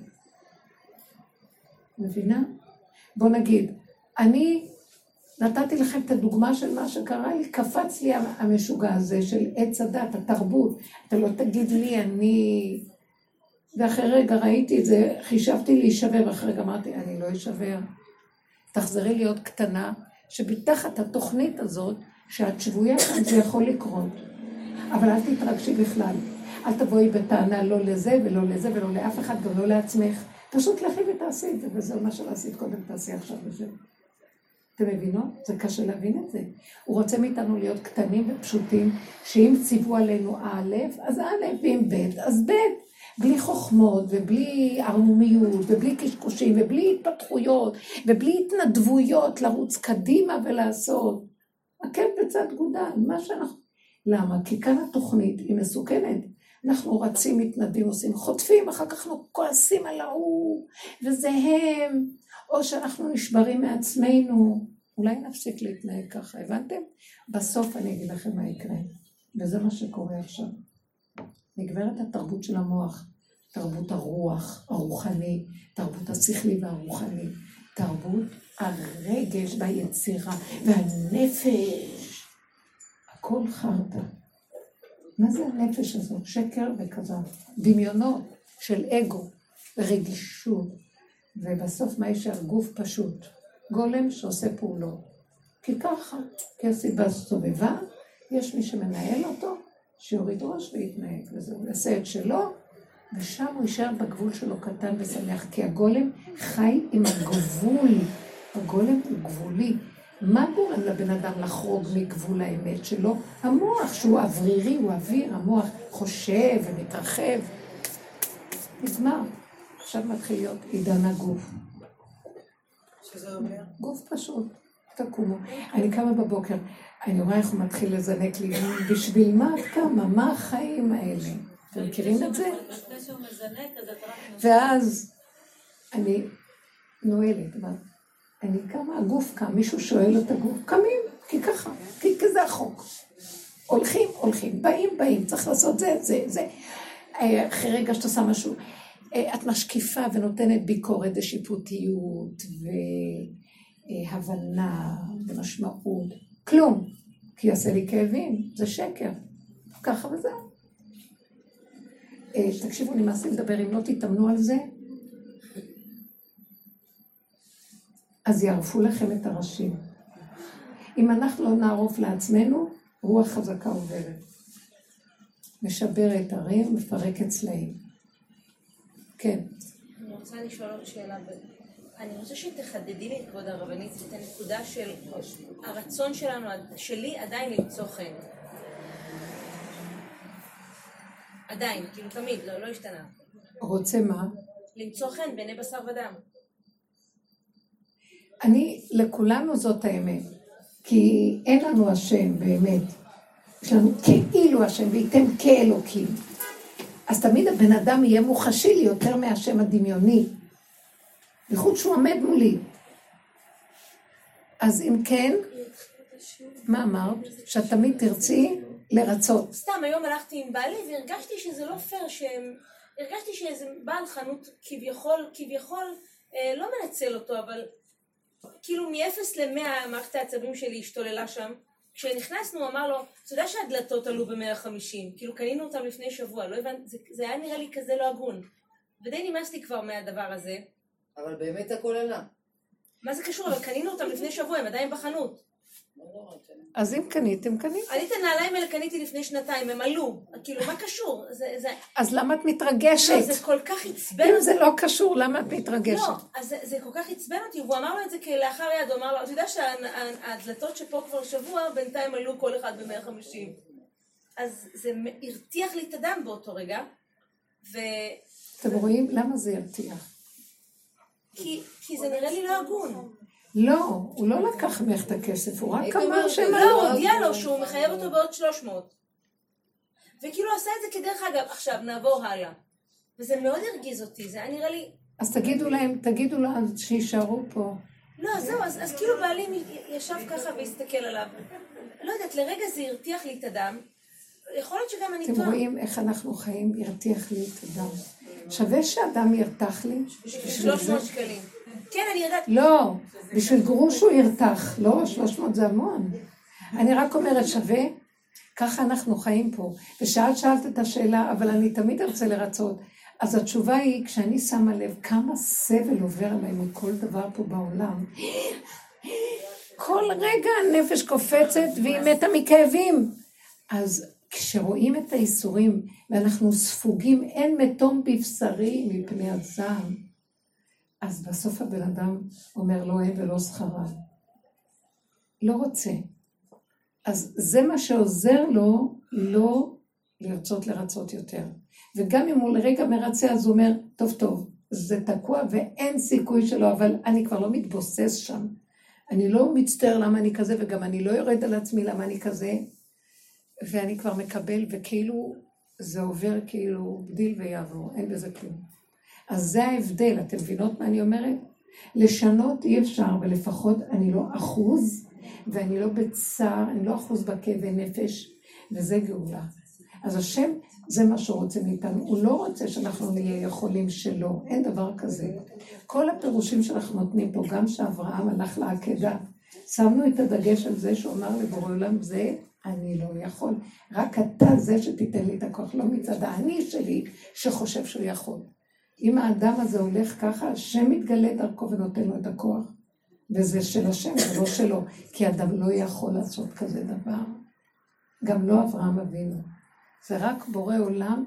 מבינה? בוא נגיד, אני נתתי לכם את הדוגמה של מה שקרה לי, קפץ לי המשוגע הזה של עץ הדת, התרבות. אתה לא תגיד לי, אני... ואחרי רגע ראיתי את זה, חישבתי להישבר, ואחרי רגע אמרתי, אני לא אשבר. תחזרי להיות קטנה, שבתחת התוכנית הזאת, שאת שבויה כאן, זה יכול לקרות. אבל אל תתרגשי בכלל. אל תבואי בטענה לא לזה ולא לזה ולא לאף אחד, גם לא לעצמך. פשוט לכי ותעשי את זה, וזה מה שלא עשית קודם, תעשי עכשיו וזה. אתם מבינות? זה קשה להבין את זה. הוא רוצה מאיתנו להיות קטנים ופשוטים, שאם ציוו עלינו א', אז א', ואם ב', אז ב'. בלי חוכמות, ובלי ערמומיות, ובלי קשקושים, ובלי התפתחויות, ובלי התנדבויות לרוץ קדימה ולעשות. עקב בצד גודל, מה שאנחנו... למה? כי כאן התוכנית היא מסוכנת. אנחנו רצים, מתנדבים, עושים, חוטפים, אחר כך אנחנו כועסים על ההוא, וזה הם, או שאנחנו נשברים מעצמנו. אולי נפסיק להתנהג ככה, הבנתם? בסוף אני אגיד לכם מה יקרה, וזה מה שקורה עכשיו. נגברת התרבות של המוח, תרבות הרוח, הרוחני, תרבות השכלי והרוחני, תרבות הרגש והיצירה והנפש. הכל חרטה. מה זה הנפש הזאת? שקר וכזב. דמיונות של אגו ורגישות. ובסוף מה יש? גוף פשוט. גולם שעושה פעולות. כי ככה, כי הסיבה סובבה, יש מי שמנהל אותו, שיוריד ראש ויתנהג. וזהו, יעשה את שלו, ושם הוא יישאר בגבול שלו קטן ושמח. כי הגולם חי עם הגבול. הגולם הוא גבולי. מה גורם לבן אדם לחרוג מגבול האמת שלו? המוח שהוא אוורירי, הוא אוויר, המוח חושב ומתרחב. נגמר. עכשיו מתחיל להיות עידן הגוף. שזה אומר? גוף פשוט. תקומו. אני קמה בבוקר, אני רואה איך הוא מתחיל לזנק לי, בשביל מה את קמה? מה החיים האלה? אתם מכירים את זה? ואז אני נועלת, אני קמה, הגוף קם, מישהו שואל את הגוף, קמים, כי ככה, כי כזה החוק. הולכים, הולכים, באים, באים, צריך לעשות זה, זה, זה. אחרי רגע שאתה עושה משהו, את משקיפה ונותנת ביקורת ושיפוטיות והבנה ומשמעות. כלום, כי יעשה לי כאבים, זה שקר. ככה וזהו. תקשיבו, נמאס לי לדבר, אם לא תתאמנו על זה, אז יערפו לכם את הראשים. אם אנחנו לא נערוף לעצמנו, רוח חזקה עוברת. משברת הרים, מפרקת סלעים. כן. אני רוצה לשאול עוד שאלה. אני רוצה שתחדדי לי, כבוד הרבנית, את הנקודה של הרצון שלנו, שלי עדיין למצוא חן. עדיין, כאילו תמיד, לא, לא השתנה. רוצה מה? למצוא חן בעיני בשר ודם. אני, לכולנו זאת האמת, כי אין לנו השם באמת, יש לנו כאילו השם וייתם כאלוקים, אז תמיד הבן אדם יהיה מוחשי לי יותר מהשם הדמיוני, בייחוד שהוא עומד מולי. אז אם כן, מה אמרת? שאת תמיד תרצי לרצות. סתם, היום הלכתי עם בעלי והרגשתי שזה לא פייר, שהם... הרגשתי שאיזה בעל חנות כביכול, כביכול אה, לא מנצל אותו, אבל... כאילו מ-אפס ל-מאה מערכת העצבים שלי השתוללה שם. כשנכנסנו הוא אמר לו, אתה יודע שהדלתות עלו ב-מאה וחמישים, כאילו קנינו אותם לפני שבוע, לא הבנתי, זה, זה היה נראה לי כזה לא הגון. ודי נמאס לי כבר מהדבר הזה. אבל באמת הכל עלה. מה זה קשור? אבל קנינו אותם לפני שבוע, הם עדיין בחנות. אז אם קניתם, קניתם. אני את הנעליים האלה קניתי לפני שנתיים, הם עלו. כאילו, מה קשור? זה, זה... אז למה את מתרגשת? לא, זה כל כך עצבן. אם זה לא קשור, למה את מתרגשת? לא, אז זה, זה כל כך עצבן אותי, והוא אמר לו את זה כלאחר יד, הוא אמר לו, אתה יודע שהדלתות שפה כבר שבוע, בינתיים עלו כל אחד ב-מאה וחמישים. אז זה הרתיח לי את הדם באותו רגע, ו... אתם רואים? למה זה הרתיח? כי, כי זה נראה לי לא הגון. לא, הוא לא לקח ממך את הכסף, הוא רק אמר שהם לא, עלו. הוא הודיע לו שהוא מחייב אותו בעוד שלוש מאות. וכאילו עשה את זה כדרך אגב, עכשיו נעבור הלאה. וזה מאוד הרגיז אותי, זה היה נראה לי... אז תגידו להם, תגידו להם שישארו פה. לא, אז זהו, אז, אז כאילו בעלים ישב ככה והסתכל עליו. לא יודעת, לרגע זה הרתיח לי את הדם. יכול להיות שגם אני אתם טועה. רואים איך אנחנו חיים, ירתיח לי את הדם. שווה שאדם ירתח לי? שלוש מאות שקלים. כן, אני יודעת. לא, בשביל גרוש הוא ירתח, לא, שלוש מאות זה המון. אני רק אומרת שווה, ככה אנחנו חיים פה. ושאלת שאלת את השאלה, אבל אני תמיד ארצה לרצות. אז התשובה היא, כשאני שמה לב כמה סבל עובר עליי מכל דבר פה בעולם, כל רגע הנפש קופצת והיא מתה מכאבים. אז כשרואים את האיסורים ואנחנו ספוגים, אין מתום בבשרי מפני הזעם, אז בסוף הבן אדם אומר לא הם ולא שכרם. לא רוצה. אז זה מה שעוזר לו לא לרצות לרצות יותר. וגם אם הוא לרגע מרצה, אז הוא אומר, טוב טוב, זה תקוע ואין סיכוי שלו, אבל אני כבר לא מתבוסס שם. אני לא מצטער למה אני כזה, וגם אני לא יורד על עצמי למה אני כזה, ואני כבר מקבל, וכאילו זה עובר כאילו בדיל ויעבור, אין בזה כלום. אז זה ההבדל, אתם מבינות מה אני אומרת? לשנות אי אפשר, ולפחות אני לא אחוז, ואני לא בצער, אני לא אחוז בכאבי נפש, וזה גאולה. אז השם זה מה שהוא רוצה מאיתנו, הוא לא רוצה שאנחנו נהיה יכולים שלו, אין דבר כזה. כל הפירושים שאנחנו נותנים פה, גם שאברהם הלך לעקדה, שמנו את הדגש על זה שהוא אמר לבורא עולם, זה אני לא יכול, רק אתה זה שתיתן לי את הכוח, לא מצד האני שלי שחושב שהוא יכול. אם האדם הזה הולך ככה, השם מתגלה דרכו ונותן לו את הכוח, וזה של השם, זה לא שלו, כי אדם לא יכול לעשות כזה דבר. גם לא אברהם אבינו. זה רק בורא עולם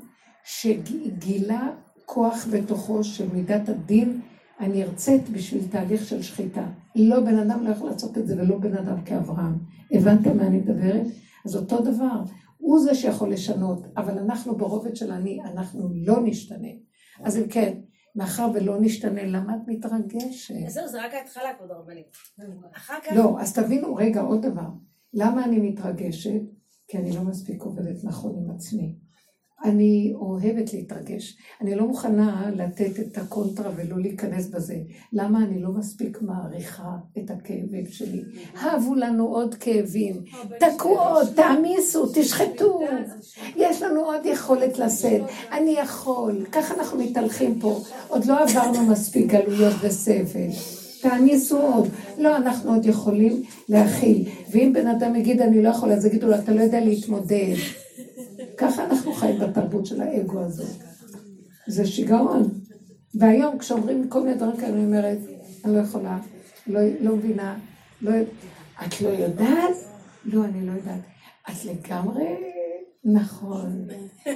שגילה כוח בתוכו של מידת הדין הנרצית בשביל תהליך של שחיטה. לא בן אדם לא יכול לעשות את זה ולא בן אדם כאברהם. הבנתם מה אני מדברת? אז אותו דבר, הוא זה שיכול לשנות, אבל אנחנו ברובד של אני, אנחנו לא נשתנה. אז אם כן, מאחר ולא נשתנה, למה את מתרגשת? זהו, זה רק ההתחלה, כבוד הרבנית. אחר כך... לא, אז תבינו, רגע, עוד דבר. למה אני מתרגשת? כי אני לא מספיק עובדת נכון עם עצמי. אני אוהבת להתרגש. אני לא מוכנה לתת את הקונטרה ולא להיכנס בזה. למה אני לא מספיק מעריכה את הכאבים שלי? הבו לנו עוד כאבים. תקעו עוד, תעמיסו, תשחטו. יש לנו עוד יכולת לשאת. אני יכול. ככה אנחנו מתהלכים פה. עוד לא עברנו מספיק גלויות וסבל. תעמיסו עוד. לא, אנחנו עוד יכולים להכיל. ואם בן אדם יגיד אני לא יכול, אז יגידו לו, אתה לא יודע להתמודד. ככה אנחנו חיים בתרבות של האגו הזה. זה שיגעון. והיום כשאומרים כל מיני דברים כאלה, אני אומרת, אני לא יכולה, לא, לא מבינה, לא, את לא יודעת? לא, אני לא יודעת. את לגמרי נכון.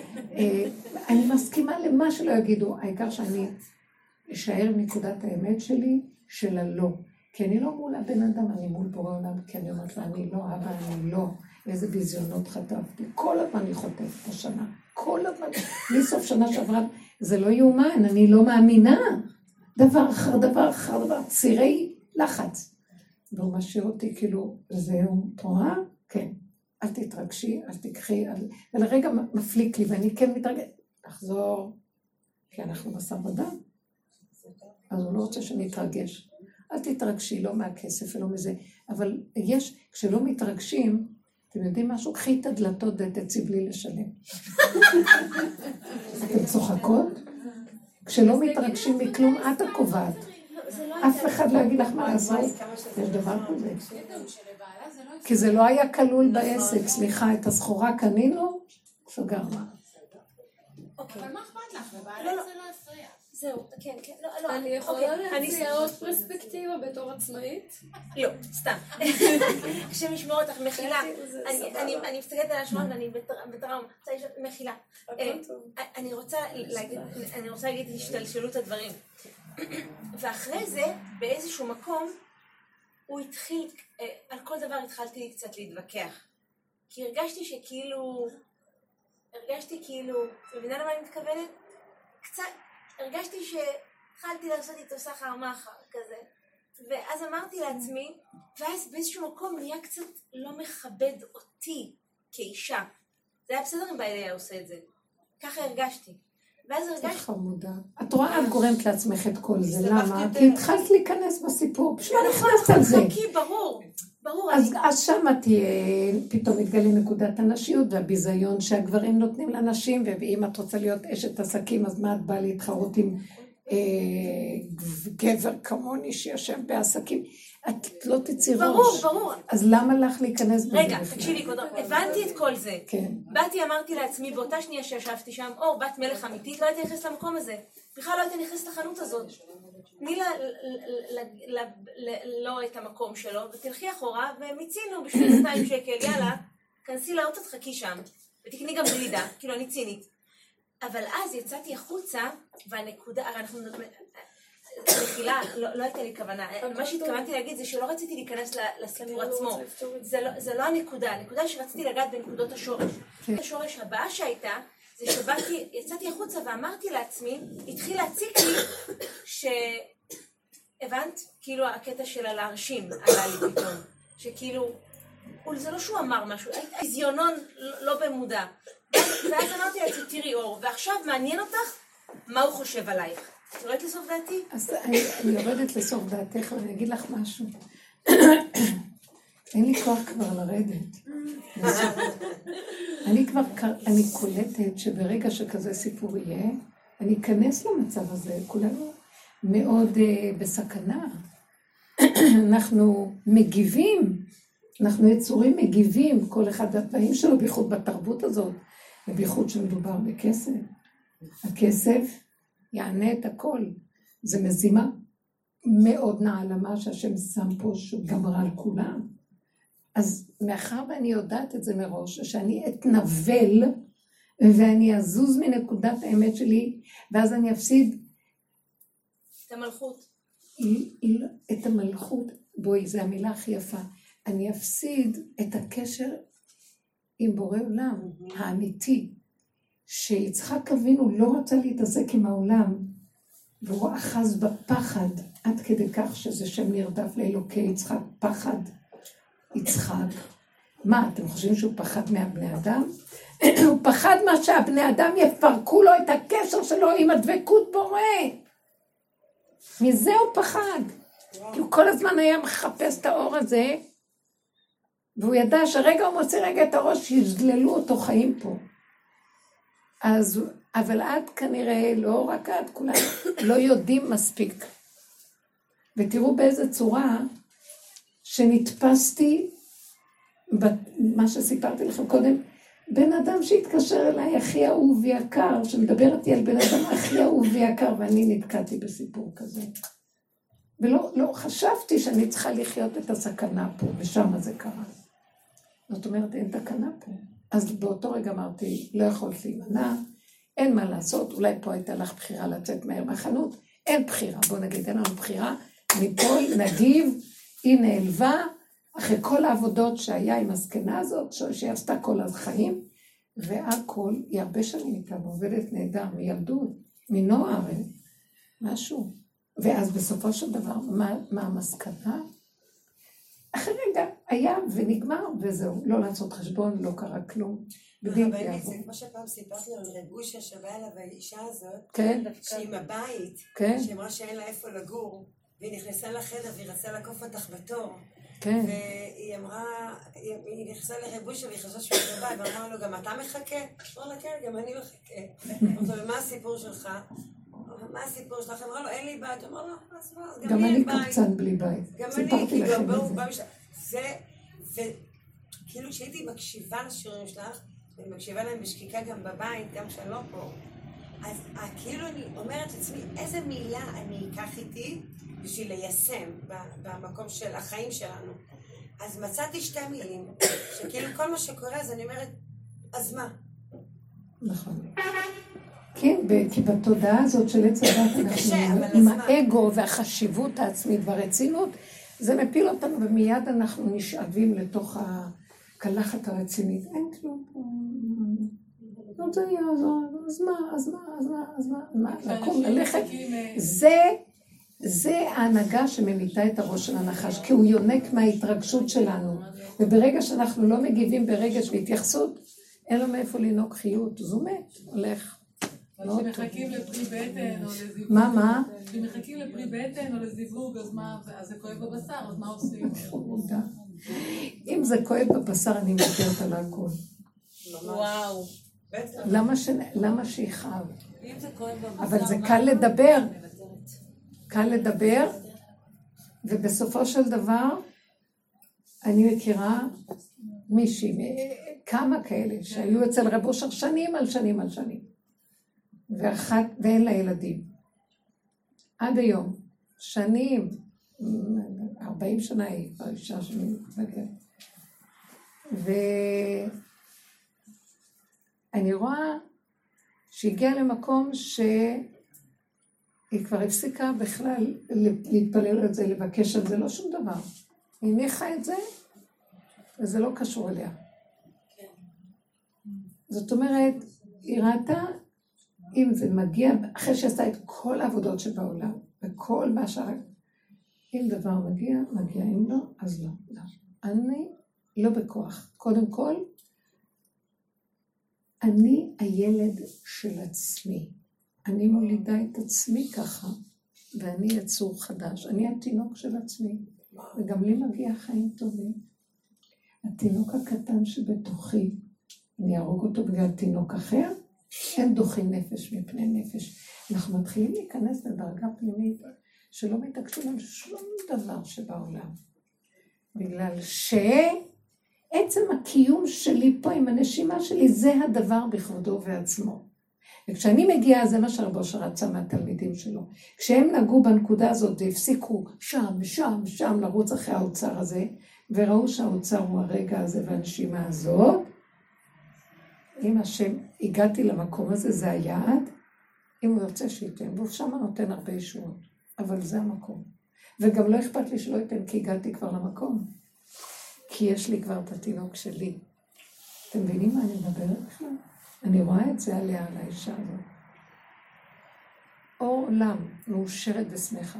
אני מסכימה למה שלא יגידו, העיקר שאני אשאר עם נקודת האמת שלי של הלא. כי אני לא מול הבן אדם, אני מול בורא עולם, כי אני אומרת לה, אני לא אבא, אני לא. איזה ביזיונות חטפתי. כל הזמן אני חוטפת השנה. כל הזמן. מסוף שנה שעברה, זה לא יאומן, אני לא מאמינה. דבר אחר דבר אחר דבר, צירי לחץ. והוא משאיר אותי כאילו, זהו, תרועה? כן. אל תתרגשי, אל תקחי, אל... ולרגע מפליק לי, ואני כן מתרגשת. תחזור, כי אנחנו בשר ודם. אז הוא לא רוצה שאני אתרגש. אל תתרגשי, לא מהכסף ולא מזה. אבל יש, כשלא מתרגשים, אתם יודעים משהו? קחי את הדלתות ותצאי בלי לשלם. אתם צוחקות? כשלא מתרגשים מכלום, את הקובעת. אף אחד לא יגיד לך מה לעשות. יש דבר כזה. כי זה לא היה כלול בעסק. סליחה, את הסחורה קנינו, סגרנו. אבל מה אכפת לך? ובעלה זה לא הפריע. זהו, כן, כן, לא, לא. אני יכולה להציע עוד פרספקטיבה בתור עצמאית? לא, סתם. השם ישמור אותך, מחילה. אני מסתכלת על השמות ואני בטראומה. מחילה. אני רוצה להגיד השתלשלות הדברים. ואחרי זה, באיזשהו מקום, הוא התחיל, על כל דבר התחלתי קצת להתווכח. כי הרגשתי שכאילו, הרגשתי כאילו, מבינה למה אני מתכוונת? קצת, הרגשתי שהתחלתי לעשות איתו סחר מחר כזה, ואז אמרתי לעצמי, ואז באיזשהו מקום נהיה קצת לא מכבד אותי כאישה. זה היה בסדר אם בעלי היה עושה את זה. ככה הרגשתי. ואז הרגשתי... חמודה. את רואה, את גורמת לעצמך את כל זה, למה? כי התחלת להיכנס בסיפור, פשוט נכנסת על זה. כי ברור, ברור. אז שמה תהיה, פתאום מתגלה נקודת הנשיות והביזיון שהגברים נותנים לנשים, ואם את רוצה להיות אשת עסקים, אז מה את באה להתחרות עם גבר כמוני שישב בעסקים? את לא תצאי ראש. ברור, ברור. אז למה לך להיכנס בזה? רגע, תקשיבי, הבנתי את כל זה. כן. באתי, אמרתי לעצמי, באותה שנייה שישבתי שם, או בת מלך אמיתית, לא הייתי נכנסת למקום הזה. בכלל לא הייתי נכנסת לחנות הזאת. תני לא את המקום שלו, ותלכי אחורה, ומיצינו בשביל מאתיים שקל, יאללה, כנסי לאוטו, תחכי שם, ותקני גם גלידה, כאילו אני צינית. אבל אז יצאתי החוצה, והנקודה, הרי אנחנו... מחילה, לא, לא הייתה לי כוונה. מה שהתכוונתי להגיד זה שלא רציתי להיכנס לסיפור עצמו. זה לא, זה לא הנקודה. הנקודה שרציתי לגעת בנקודות השורש. השורש הבאה שהייתה, זה שבאתי, יצאתי החוצה ואמרתי לעצמי, התחיל להציק לי, שהבנת, כאילו הקטע של הלהרשים עלה לי פתאום. שכאילו, זה לא שהוא אמר משהו, זיונון לא במודע. ואז אמרתי לעצמי, תראי אור, ועכשיו מעניין אותך מה הוא חושב עלייך. את יורדת לסוף דעתי? אז אני יורדת לסוף דעתך ואני אגיד לך משהו. אין לי כוח כבר לרדת. אני כבר, אני קולטת שברגע שכזה סיפור יהיה, אני אכנס למצב הזה, כולנו מאוד בסכנה. אנחנו מגיבים, אנחנו יצורים מגיבים, כל אחד התנאים שלו, בייחוד בתרבות הזאת, ובייחוד שמדובר בכסף. הכסף יענה את הכל. זה מזימה מאוד נעלמה שהשם שם פה שהוא גמר על כולם. אז מאחר ואני יודעת את זה מראש, שאני אתנבל ואני אזוז מנקודת האמת שלי, ואז אני אפסיד את המלכות. את המלכות, בואי, זו המילה הכי יפה. אני אפסיד את הקשר עם בורא עולם, האמיתי. שיצחק אבינו לא רצה להתעסק עם העולם, והוא אחז בפחד, עד כדי כך שזה שם נרדף לאלוקי יצחק, פחד יצחק. מה, אתם חושבים שהוא פחד מהבני אדם? הוא פחד מה שהבני אדם יפרקו לו את הקשר שלו עם הדבקות בורא. מזה הוא פחד. כי הוא כל הזמן היה מחפש את האור הזה, והוא ידע שרגע הוא מוציא רגע את הראש, יזללו אותו חיים פה. אז, אבל את כנראה, לא רק את, כולם לא יודעים מספיק. ותראו באיזה צורה שנתפסתי, מה שסיפרתי לכם קודם, בן אדם שהתקשר אליי הכי אהוב ויקר, שמדבר איתי על בן אדם הכי אהוב ויקר, ואני נתקעתי בסיפור כזה. ולא לא, חשבתי שאני צריכה לחיות את הסכנה פה, ושם זה קרה. זאת אומרת, אין תקנה פה. אז באותו רגע אמרתי, לא יכולת להימנע, אין מה לעשות, אולי פה הייתה לך בחירה לצאת מהר מהחנות, אין בחירה, בוא נגיד, אין לנו בחירה, ניפול, נגיב, היא נעלבה, אחרי כל העבודות שהיה עם הזקנה הזאת, שהיא עשתה כל החיים, והכל, היא הרבה שנים איתה, עובדת נהדר, מילדות, מנוער, משהו. ואז בסופו של דבר, מה, מה המסקנה? אחרי רגע היה ונגמר, וזהו, לא לעשות חשבון, לא קרה כלום. באמת, זה כמו שפעם סיפרתי על ריגוש ששווה עליו האישה הזאת, כן. שהיא מהבית, כן. שאמרה שאין לה איפה לגור, והיא נכנסה לחדר והיא רצה לעקוף אותך בתור. כן. והיא אמרה, היא נכנסה לריגוש והיא חשבה שהוא בבית, ואמרה לו, גם אתה מחכה? אמרה לה, כן, גם אני מחכה. אמרה לו, מה הסיפור שלך? מה הסיפור שלך? אמרה לו, אין לי בית. אמרה לו, אז מה, אז גם אני קבצן בלי בית. גם אני, כאילו, בואו, בואו, זה, וכאילו כשהייתי מקשיבה לשירים שלך, אני מקשיבה להם בשקיקה גם בבית, גם כשאני לא פה, אז כאילו אני אומרת לעצמי, איזה מילה אני אקח איתי בשביל ליישם במקום של החיים שלנו. אז מצאתי שתי מילים, שכאילו כל מה שקורה, אז אני אומרת, אז מה? נכון. כן, כי בתודעה הזאת של עץ הדת, אנחנו עם האגו והחשיבות העצמית והרצינות, זה מפיל אותנו ומיד אנחנו נשאבים לתוך הקלחת הרצינית. אין כלום פה. לא זה יעזור, אז מה, אז מה, אז מה, אז מה, מה, לקום, ללכת. זה, זה ההנהגה שממיתה את הראש של הנחש, כי הוא יונק מההתרגשות שלנו. וברגע שאנחנו לא מגיבים ברגש והתייחסות, אין לו מאיפה לנהוג חיות, אז הוא מת, הולך. כשמחכים לפרי בטן או לזיווג, מה, מה? כשמחכים לפרי בטן או לזיווג, אז מה, אז זה כואב בבשר, אז מה עושים? אם זה כואב בבשר, אני מוותרת על הכל. וואו. למה שיכאב? אם זה כואב בבשר, אבל זה קל לדבר. קל לדבר, ובסופו של דבר, אני מכירה מישהי, כמה כאלה, שהיו אצל רב אושר שנים על שנים על שנים. ואחת, ואין לה ילדים. עד היום, שנים, ארבעים שנה היא, אישה שנים, ואני רואה שהגיעה למקום היא כבר הפסיקה בכלל להתפלל על זה, לבקש על זה, לא שום דבר. היא הניחה את זה, וזה לא קשור אליה. זאת אומרת, היא ראתה, אם זה מגיע, אחרי שעשתה את כל העבודות שבעולם, וכל מה שרק, אם דבר מגיע, מגיע, אם לא, אז לא. לא. אני לא בכוח. קודם כל, אני הילד של עצמי. אני מולידה את עצמי ככה, ואני יצור חדש. אני התינוק של עצמי, וגם לי מגיע חיים טובים. התינוק הקטן שבתוכי, אני ארוג אותו בגלל תינוק אחר, אין דוחי נפש מפני נפש. אנחנו מתחילים להיכנס לדרגה פנימית, שלא מתעקשים על שום דבר שבעולם. בגלל שעצם הקיום שלי פה עם הנשימה שלי, זה הדבר בכבודו ועצמו. וכשאני מגיעה, זה מה שרב אושר רצה מהתלמידים שלו. כשהם נגעו בנקודה הזאת והפסיקו שם, שם, שם לרוץ אחרי האוצר הזה, וראו שהאוצר הוא הרגע הזה והנשימה הזאת, אם השם, הגעתי למקום הזה, זה היעד, אם הוא יוצא שייתן, והוא שם נותן הרבה ישועות, אבל זה המקום. וגם לא אכפת לי שלא ייתן, כי הגעתי כבר למקום. כי יש לי כבר את התינוק שלי. אתם מבינים מה אני מדברת בכלל? אני רואה את זה עליה, על האישה הזאת. אור עולם, מאושרת ושמחה.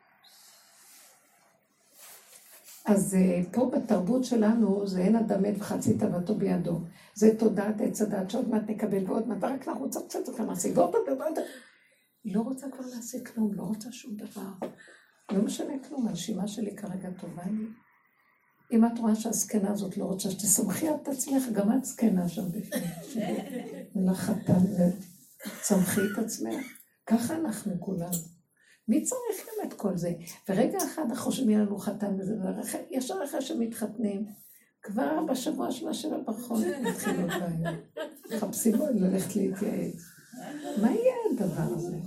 אז פה בתרבות שלנו, זה אין אדם מת וחצי תאוותו בידו. זה תודעת עץ הדת שעוד מעט נקבל ועוד מעט, רק אנחנו רוצה קצת יותר להשיג, ועוד מעט, ועוד מעט. היא לא רוצה כבר להשיג כלום, לא רוצה שום דבר. לא משנה כלום, הנשימה שלי כרגע טובה לי. אם את רואה שהסקנה הזאת לא רוצה שתסמכי את עצמך, גם את סקנה שם בפנים. ולחתן וצמחי את עצמך. ככה אנחנו כולם. מי צריך גם את כל זה? ורגע אחד אנחנו חושבים לנו חתן וזה, ישר אחרי שמתחתנים, כבר בשבוע של השבע ברכות מתחילות בעיות. מחפשים ללכת להתייעץ. מה יהיה הדבר הזה?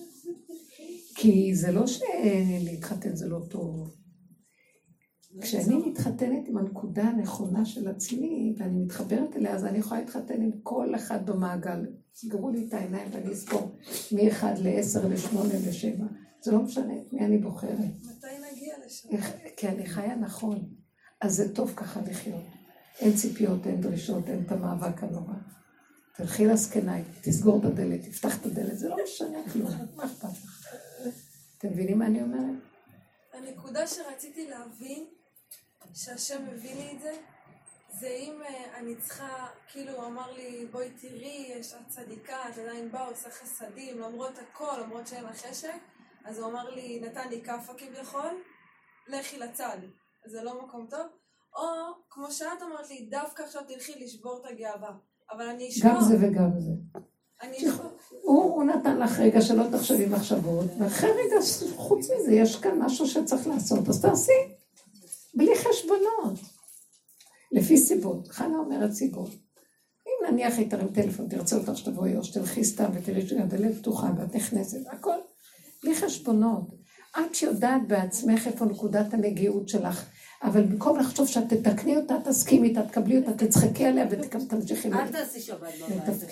כי זה לא שלהתחתן זה לא טוב. כשאני מתחתנת עם הנקודה הנכונה של עצמי, ואני מתחברת אליה, אז אני יכולה להתחתן עם כל אחד במעגל. סגרו לי את העיניים ואני אספור מ-אחד ל-עשר, ל-שמונה, ל-שבע. זה לא משנה מי אני בוחרת. מתי נגיע לשם? כי אני חיה נכון. אז זה טוב ככה לחיות. אין ציפיות, אין דרישות, אין את המאבק הנורא. תלכי לסקנאי, תסגור את הדלת, תפתח את הדלת, זה לא משנה כלום. מה אכפת לך? אתם מבינים מה אני אומרת? הנקודה שרציתי להבין, שהשם מביא לי את זה, זה אם uh, אני צריכה, כאילו הוא אמר לי, בואי תראי, יש את צדיקה, את עדיין באה, עושה חסדים, למרות הכל, למרות שאין לך חשק, אז הוא אמר לי, נתן לי כאפה כביכול, לכי לצד, זה לא מקום טוב, או כמו שאת אמרת לי, דווקא עכשיו תלכי לשבור את הגאווה, אבל אני אשמור. גם זה וגם זה. אני אשמור. הוא, הוא נתן לך רגע שלא תחשבי מחשבות, ואחרי רגע, חוץ מזה, יש כאן משהו שצריך לעשות, אז תעשי, בלי חשבונות. לפי סיבות, חנה אומרת סיבות. אם נניח היא תרים טלפון, תרצה אותך שתבואי, או שתלכי סתם ותראי שהדלת פתוחה ואת נכנסת, הכל בלי חשבונות. את יודעת בעצמך איפה נקודת הנגיעות שלך, אבל במקום לחשוב שאת תתקני אותה, תסכימי איתה, תקבלי אותה, תצחקי עליה ותמשיכי. אל תעשי שבת בבית.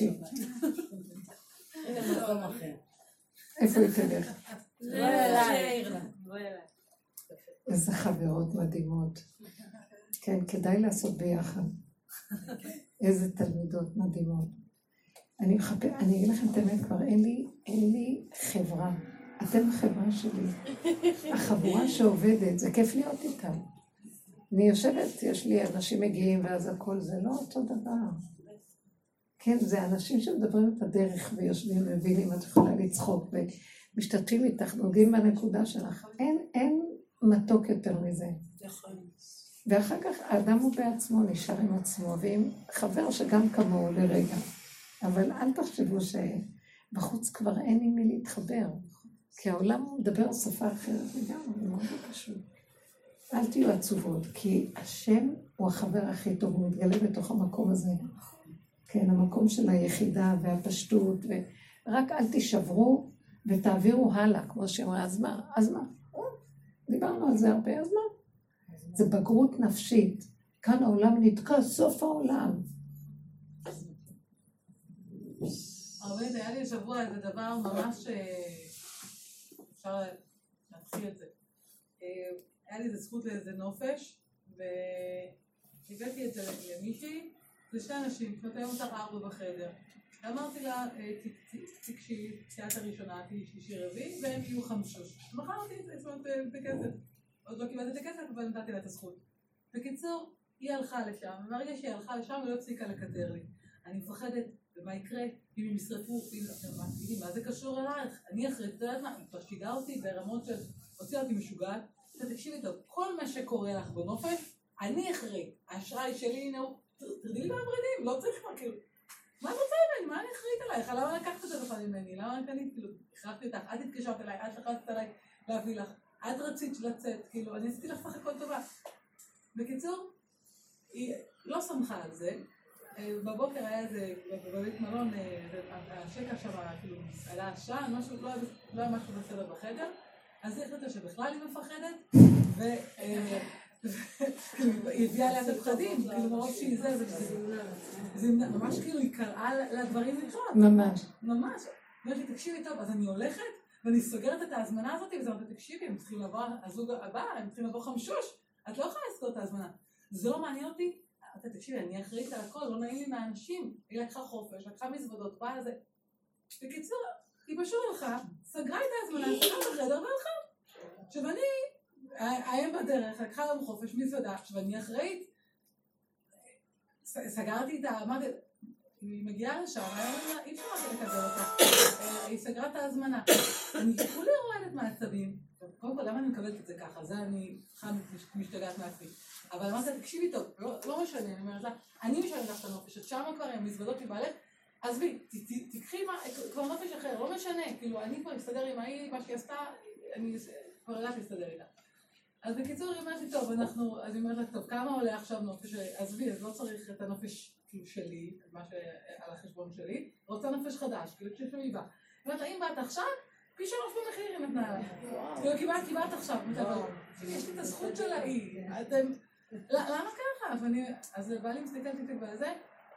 הנה מקום אחר. איפה היא תלך? בואי אליי. איזה חברות מדהימות. כן, כדאי לעשות ביחד. איזה תלמידות מדהימות. אני מחפש, אני אגיד לכם את האמת, כבר אין לי, אין לי חברה. אתם החברה שלי. החבורה שעובדת, זה כיף להיות איתם. אני יושבת, יש לי אנשים מגיעים ואז הכל, זה לא אותו דבר. כן, זה אנשים שמדברים את הדרך ויושבים ומבינים, את יכולה לצחוק ומשתתפים איתך, נוגעים בנקודה שלך. אין, אין מתוק יותר מזה. ואחר כך האדם הוא בעצמו נשאר עם עצמו, ועם חבר שגם כמוהו לרגע. אבל אל תחשבו שבחוץ כבר אין עם מי להתחבר, כי העולם הוא מדבר שפה אחרת לגמרי, זה מאוד פשוט. אל תהיו עצובות, כי השם הוא החבר הכי טוב, הוא מתגלה בתוך המקום הזה. כן, המקום של היחידה והפשטות, ורק אל תשברו ותעבירו הלאה, כמו שאמרה, אז מה? אז מה? דיברנו על זה הרבה, אז מה? זה בגרות נפשית. כאן העולם נתקע, סוף העולם. הרבה, היה לי השבוע איזה דבר ממש אפשר להתחיל את זה. היה לי איזה זכות לאיזה נופש, והבאתי את זה למישהי, זה שני אנשים, פתאום אותך ארבע בחדר. אמרתי לה, תקשי, תיאת הראשונה, תהי שלישי רביעי, והם יהיו חמשוש. מכרתי את זה, את הכסף. עוד לא קיבלתי את הכסף, אבל נתתי לה את הזכות. בקיצור, היא הלכה לשם, וברגע שהיא הלכה לשם, היא לא הפסיקה לקטר לי. אני מפחדת, ומה יקרה, אם הם ישרפו, מה זה קשור אלייך? אני אחרי, אתה יודעת מה, היא כבר שיגעה אותי ברמות של, הוציאה אותי משוגעת, אתה תקשיבי טוב, כל מה שקורה לך בנופש, אני אחרי, האשראי שלי, הנה הוא, תרדי לי מהברדים, לא צריך מה, כאילו, מה את רוצה ממני? מה אני אחראית עלייך? למה לקחת את זה בכלל ממני? למה אני כאילו, הכרחתי אותך, את התקשרת אליי, את לחצת עליי להביא לך, את רצית לצאת, כאילו, אני עשיתי לך סך הכל טובה. בקיצור, היא לא שמחה על זה, בבוקר היה איזה, בבית מלון, השקע שם, כאילו, עלה עשן, משהו, לא היה משהו בסדר בחדר, אז היא החליטה שבכלל היא מפחדת, והיא הביאה עליה את הפחדים, כאילו מרוב שהיא זה, זה ממש כאילו היא קראה לדברים לקרות. ממש. ממש. אומרת לי, תקשיבי טוב, אז אני הולכת, ואני סוגרת את ההזמנה הזאת, וזה אומרת, תקשיבי, הם צריכים לבוא, הזוג הבא, הם צריכים לבוא חמשוש, את לא יכולה לסגור את ההזמנה. זה לא מעניין אותי, אתה תקשיבי, אני אחראית על הכל, לא נעים לי מהאנשים, היא לקחה חופש, לקחה מזוודות, באה לזה. בקיצור, היא פשוט הלכה, סגרה את ההזמנה, סגרה בחדר והלכה. עכשיו אני, ההם בדרך, לקחה להם חופש מזוודה, עכשיו אני אחראית. סגרתי את ה... אמרתי, היא מגיעה לשם, אי אפשר רק לקבל אותה. היא סגרה את ההזמנה. אני כולי רועדת מעצבים. קודם כל, למה אני מקבלת את זה ככה? זה אני חם משתגעת מעצמי. אבל אמרתי, תקשיבי טוב, לא משנה, אני אומרת לה, אני משנה לך את הנופש, את שמה כבר עם מזוודות מבעלך, עזבי, תקחי כבר נופש אחר, לא משנה, כאילו, אני כבר אסתדר עם ההיא, מה שהיא עשתה, אני כבר יודעת להסתדר איתה. אז בקיצור, היא אומרת לי, טוב, אנחנו, אז היא אומרת לה, טוב, כמה עולה עכשיו נופש, עזבי, אז לא צריך את הנופש כאילו שלי, מה שעל החשבון שלי, רוצה נופש חדש, כאילו, כששמי בא. היא אומרת לה, אם באת עכשיו, פי שלוש במחיר היא נתנה לה. כאילו, קיבלת, קיבלת עכשיו, יש לי את הזכות של ההיא, אתם, למה ככה? אז בא לי מסתכלת איתי בזה,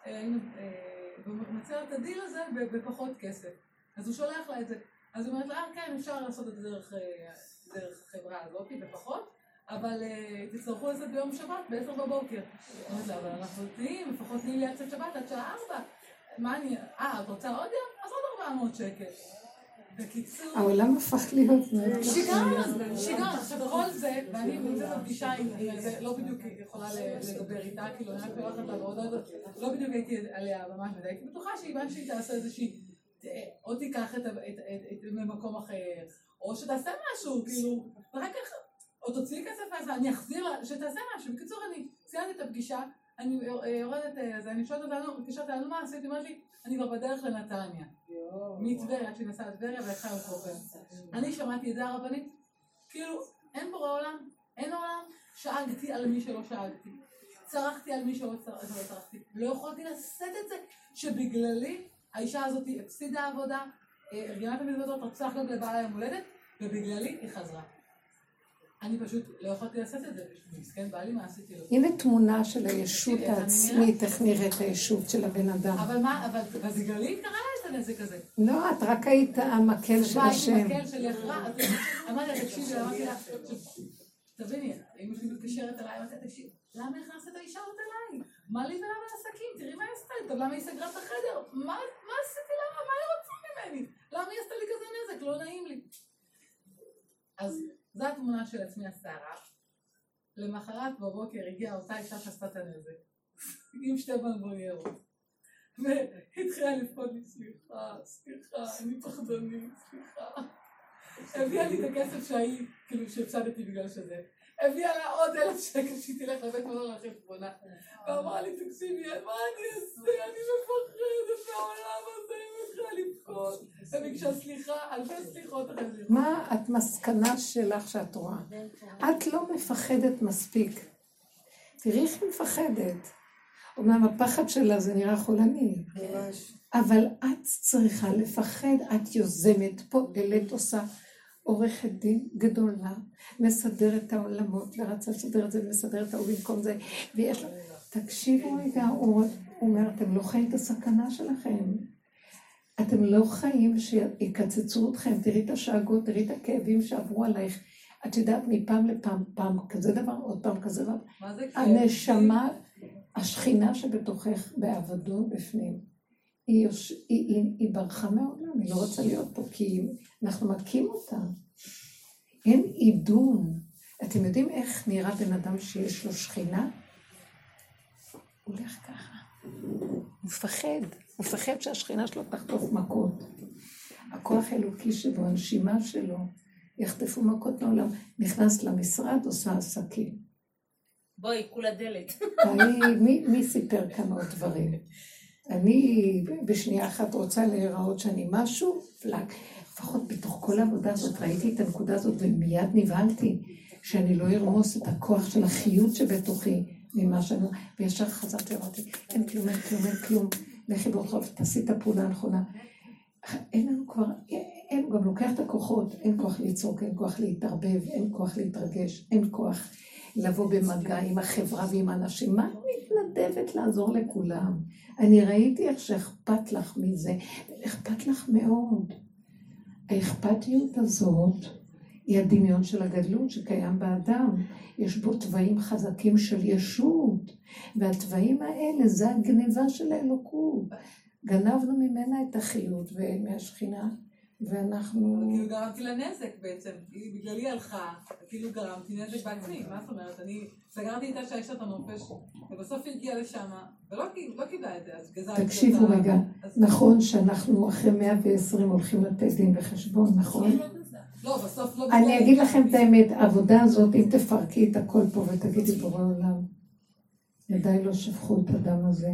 ומציע את הדיל הזה בפחות כסף. אז הוא שולח לה את זה. אז הוא אומרת לה, אה, כן, אפשר לעשות את זה דרך החברה הזאת, בפחות, אבל תצטרכו לזה ביום שבת, בעשר בבוקר. אומרת לה, אבל אנחנו תהיים, לפחות תהיי לי עד שבת, עד שעה ארבע. מה אני, אה, את רוצה עוד יום? אז עוד ארבע מאות שקל. בקיצור... העולם הפך להיות... שיגעון, שיגעון. עכשיו, כל זה, ואני נמצאת בפגישה עם זה, לא בדיוק יכולה לדבר איתה, כאילו, אני רק הולכת לה ועוד עוד, לא בדיוק הייתי עליה ממש מדי, הייתי בטוחה שהיא שהיא תעשה איזושהי, או תיקח את ממקום אחר, או שתעשה משהו, כאילו, ורק כך, או תוציא כסף מהזה, אני אחזיר לה, שתעשה משהו. בקיצור, אני סיימתי את הפגישה, אני יורדת, אז אני שואלת אותנו, פגישת אותנו מה עשיתי, אומרת לי, אני כבר בדרך לנתניה. מטבריה, עד שהיא נסעה לטבריה והלכה עם חופש. אני שמעתי את זה הרבנית, כאילו, אין בורא עולם, אין עולם, שאגתי על מי שלא שאגתי, צרחתי על מי שלא צרחתי, לא יכולתי לשאת את זה, שבגללי האישה הזאת הפסידה עבודה, ארגנה את המזוודות, רצח גם לבעל היום הולדת, ובגללי היא חזרה. אני פשוט לא יכולתי לעשות את זה, מסכן, בא לי מה עשיתי לו. הנה תמונה של הישות העצמית, איך נראית הישות של הבן אדם. אבל מה, אבל בגללי קרה לה את הנזק הזה. לא, את רק היית המקל של השם. הייתי מקל שלי אחרה, אמרתי לה, תקשיבי, אמרתי לה, תביני, אמא שלי מתקשרת אליי, אמרתי לה, תקשיבי, למה הכנסת את האישה הזאת אליי? מה לי ולמה לעסקים? תראי מה היא עשתה לי, טוב, למה היא סגרה את החדר? מה עשיתי לה? מה היא רוצה ממני? למה היא עשתה לי כזה נזק? לא נעים לי. אז זו התמונה של עצמי הסערה. למחרת בבוקר הגיעה אותה אישה שעשתה את הנזק. עם שתי בנבוניירות. והתחילה לפחות לי, סליחה, סליחה, אני פחדנית, סליחה. הביאה לי את הכסף שהיא, כאילו שהפסדתי בגלל שזה. הביאה לה עוד אלף שקל שהיא תלך לבית מלון על חשבונה. ואמרה לי, תקשיבי, מה אני אעשה? אני מפחדת מהעולם הזה, אני מתחילה לבכות. וביקשה סליחה, אלפי סליחות אחרי זה. מה את מסקנה שלך שאת רואה? את לא מפחדת מספיק. תראי איך היא מפחדת. אומנם הפחד שלה זה נראה חולני. אבל את צריכה לפחד, את יוזמת, פועלת, עושה עורכת דין גדולה, מסדר את העולמות, ורצה לסדר את זה ומסדר את ההוא במקום זה, ויש לה, תקשיבו רגע, הוא אומר, אתם לא חיים את הסכנה שלכם. אתם לא חיים שיקצצו אתכם, תראי את השאגות, תראי את הכאבים שעברו עלייך. את יודעת מפעם לפעם, פעם כזה דבר, עוד פעם כזה דבר. מה זה כאב? הנשמה, השכינה שבתוכך בעבדו בפנים, היא, יוש... היא, היא, היא ברחה מעולם, היא לא רוצה להיות פה, כי אנחנו מכים אותה. אין עידון. אתם יודעים איך נראה בן אדם שיש לו שכינה? הוא הולך ככה. הוא מפחד. הוא מפחד שהשכינה שלו תחטוף מכות. הכוח אלוקי שבו, הנשימה שלו, יחטפו מכות מעולם. נכנס למשרד, עושה עסקים. בואי, כולה דלת. אני, מי, מי סיפר כאן עוד דברים? אני בשנייה אחת רוצה להיראות שאני משהו, לפחות בתוך כל העבודה הזאת, ראיתי את הנקודה הזאת ומיד נבהלתי, שאני לא ארמוס את הכוח של החיות שבתוכי ממה שאני, וישר חזרתי ואמרתי, אין כלום, אין כלום, אין כלום, לכי ברחוב, תעשי את הפעולה הנכונה. אין לנו כבר, אין, גם לוקח את הכוחות, אין כוח לצעוק, אין כוח להתערבב, אין כוח להתרגש, אין כוח לבוא במגע עם החברה ועם האנשים. מה מתנדבת לעזור לכולם? אני ראיתי איך שאכפת לך מזה, אכפת לך מאוד. האכפתיות הזאת היא הדמיון של הגדלות שקיים באדם. יש בו טבעים חזקים של ישות, והטבעים האלה זה הגניבה של האלוקות. גנבנו ממנה את החיות ומהשכינה, ואנחנו... כאילו גרמתי לנזק בעצם, בגלל היא הלכה, כאילו גרמתי נזק בעצמי, מה זאת אומרת? אני סגרתי איתה שיש לה את הנופש, ובסוף היא הגיעה לשם, ולא קיבלה את זה, אז גזרתי אותה... תקשיבו רגע, נכון שאנחנו אחרי מאה ועשרים הולכים לתת דין וחשבון, נכון? לא, בסוף לא... אני אגיד לכם את האמת, העבודה הזאת, אם תפרקי את הכל פה ותגידי בורא עולם, ידיי לא שפכו את הדם הזה.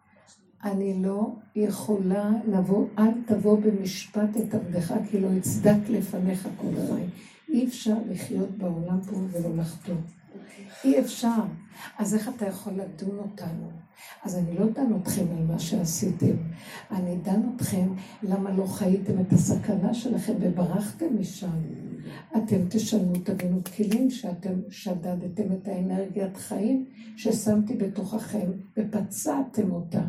אני לא יכולה לבוא, אל תבוא במשפט את עבדך, כי לא יצדק לפניך כל הרי. אי אפשר לחיות בעולם פה ולא לחטוא. אי אפשר. אז איך אתה יכול לדון אותנו? אז אני לא דן אתכם על מה שעשיתם. אני דן אתכם למה לא חייתם את הסכנה שלכם וברחתם משם. אתם תשלמו, תבינו כלים שאתם שדדתם את האנרגיית חיים ששמתי בתוככם ופצעתם אותה.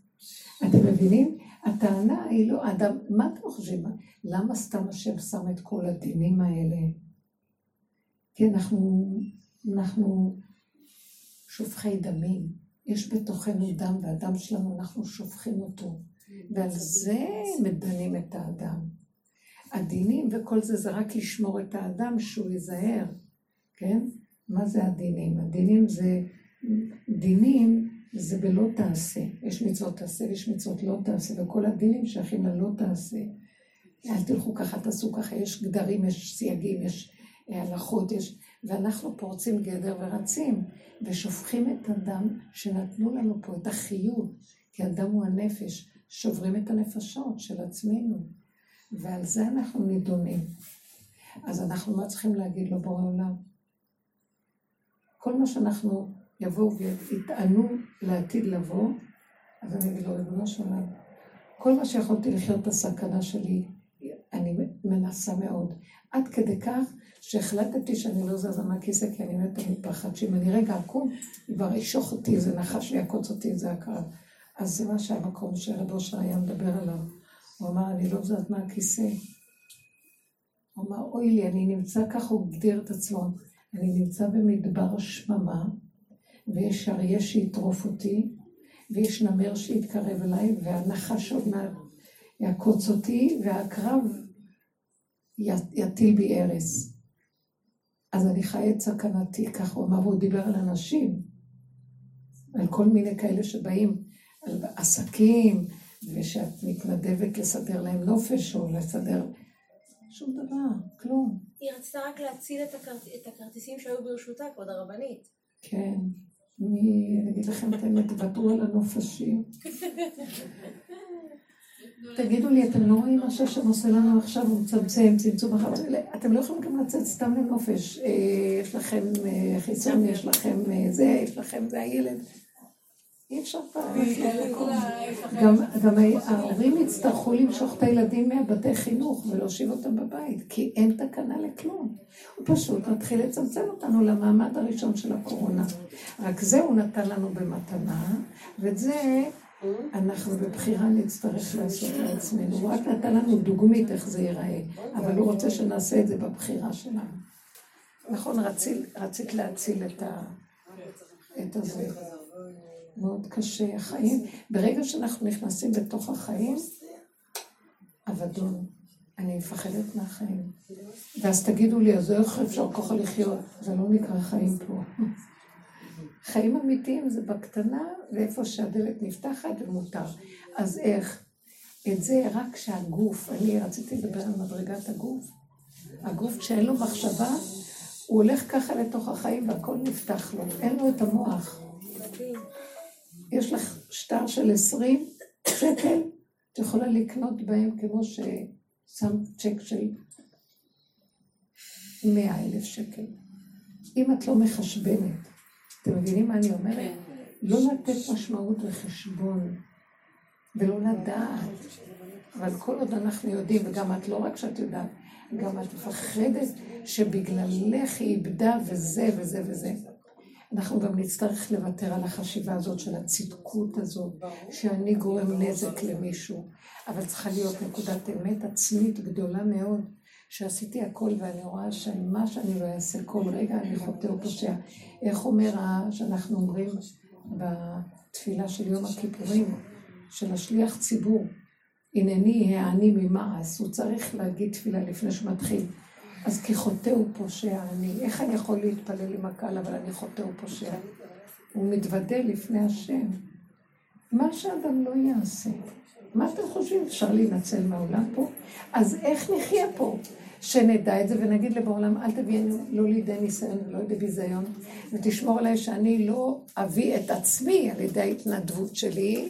אתם מבינים? הטענה היא לא, אדם, מה אתם חושבים? למה סתם השם שם את כל הדינים האלה? כי אנחנו, אנחנו שופכי דמים. יש בתוכנו דם, והדם שלנו אנחנו שופכים אותו. ועל זה מדנים את האדם. הדינים וכל זה זה רק לשמור את האדם שהוא ייזהר. כן? מה זה הדינים? הדינים זה דינים, זה בלא תעשה. יש מצוות תעשה ויש מצוות לא תעשה, וכל הדינים שייכים ללא תעשה. אל תלכו ככה, תעשו ככה, יש גדרים, יש סייגים, יש הלכות, יש... ואנחנו פורצים גדר ורצים, ושופכים את הדם שנתנו לנו פה, את החיות, כי הדם הוא הנפש, שוברים את הנפשות של עצמנו, ועל זה אנחנו נידונים. אז אנחנו מה צריכים להגיד לו בורא עולם? כל מה שאנחנו יבואו ויתענו לעתיד לבוא, אז אני אגיד לו, ריבונו של עולם, כל מה שיכולתי לחיות את הסכנה שלי, אני מנסה מאוד. עד כדי כך שהחלטתי שאני לא זזה מהכיסא, כי אני מתה מפחד, שאם אני רגע אקום, כבר ישוך אותי, זה נחש ויקוץ אותי, זה הקרב. אז זה מה שהמקום שרב אושר היה מדבר עליו. הוא אמר, אני לא זז מהכיסא. הוא אמר, אוי לי, אני נמצא ככה, הוא הגדיר את עצמו, אני נמצא במדבר שממה, ויש אריה שיטרוף אותי, ויש נמר שיתקרב אליי, והנחש עוד מעט יעקוץ אותי, והקרב יטיל בי ארס. אז אני חי את סכנתי, כך הוא אמר, והוא דיבר על אנשים, על כל מיני כאלה שבאים, על עסקים, ושאת מתנדבת לסדר להם נופש, או לסדר שום דבר, כלום. היא רצתה רק להציל את, הכרט... את הכרטיסים שהיו ברשותה, כבוד הרבנית. כן, אני אגיד לכם את האמת, תוותרו על הנופשים. תגידו לי, אתם לא רואים משהו שעושה לנו עכשיו, הוא מצמצם, צמצום אחר, אתם לא יכולים גם לצאת סתם לנופש, יש לכם חיסון, יש לכם זה, יש לכם זה הילד. אי אפשר פעם. גם ההורים יצטרכו למשוך את הילדים מהבתי חינוך ולהושיב אותם בבית, כי אין תקנה לכלום. הוא פשוט מתחיל לצמצם אותנו למעמד הראשון של הקורונה. רק זה הוא נתן לנו במתנה, ואת זה אנחנו בבחירה נצטרך לעשות לעצמנו. הוא רק נתן לנו דוגמית איך זה ייראה, אבל הוא רוצה שנעשה את זה בבחירה שלנו. נכון, רצית, רצית להציל את, ה, את הזה. מאוד קשה, החיים. ברגע שאנחנו נכנסים בתוך החיים, אבדון, אני מפחדת מהחיים. ואז תגידו לי, אז איך אפשר ככה לחיות? זה לא נקרא חיים פה. חיים אמיתיים זה בקטנה, ואיפה שהדלת נפתחת ומותר. אז איך? את זה רק שהגוף, אני רציתי לדבר על מדרגת הגוף. הגוף כשאין לו מחשבה, הוא הולך ככה לתוך החיים והכל נפתח לו. אין לו את המוח. יש לך שטר של עשרים שקל, את יכולה לקנות בהם כמו ששם צ'ק של מאה אלף שקל. אם את לא מחשבנת, אתם מבינים מה אני אומרת? לא לתת משמעות לחשבון, ולא לדעת. אבל כל עוד אנחנו יודעים, וגם את לא רק שאת יודעת, גם את מפחדת שבגללך היא איבדה וזה וזה וזה. אנחנו גם נצטרך לוותר על החשיבה הזאת של הצדקות הזאת, שאני גורם נזק למישהו. אבל צריכה להיות נקודת אמת עצמית גדולה מאוד, שעשיתי הכל ואני רואה שמה שאני לא אעשה כל רגע אני חוטא ופושע. איך אומר שאנחנו אומרים בתפילה של יום הכיפורים, של השליח ציבור, הנני העני ממעש, הוא צריך להגיד תפילה לפני שמתחיל. אז כי חוטא ופושע אני, איך אני יכול להתפלל עם הקהל אבל אני חוטא ופושע? הוא מתוודה לפני השם. מה שאדם לא יעשה, מה אתם חושבים? אפשר להינצל מהעולם פה? אז איך נחיה פה? שנדע את זה ונגיד לבעולם, אל תביאנו לא לידי ניסיון ולא לידי ביזיון, ותשמור עליי שאני לא אביא את עצמי על ידי ההתנדבות שלי,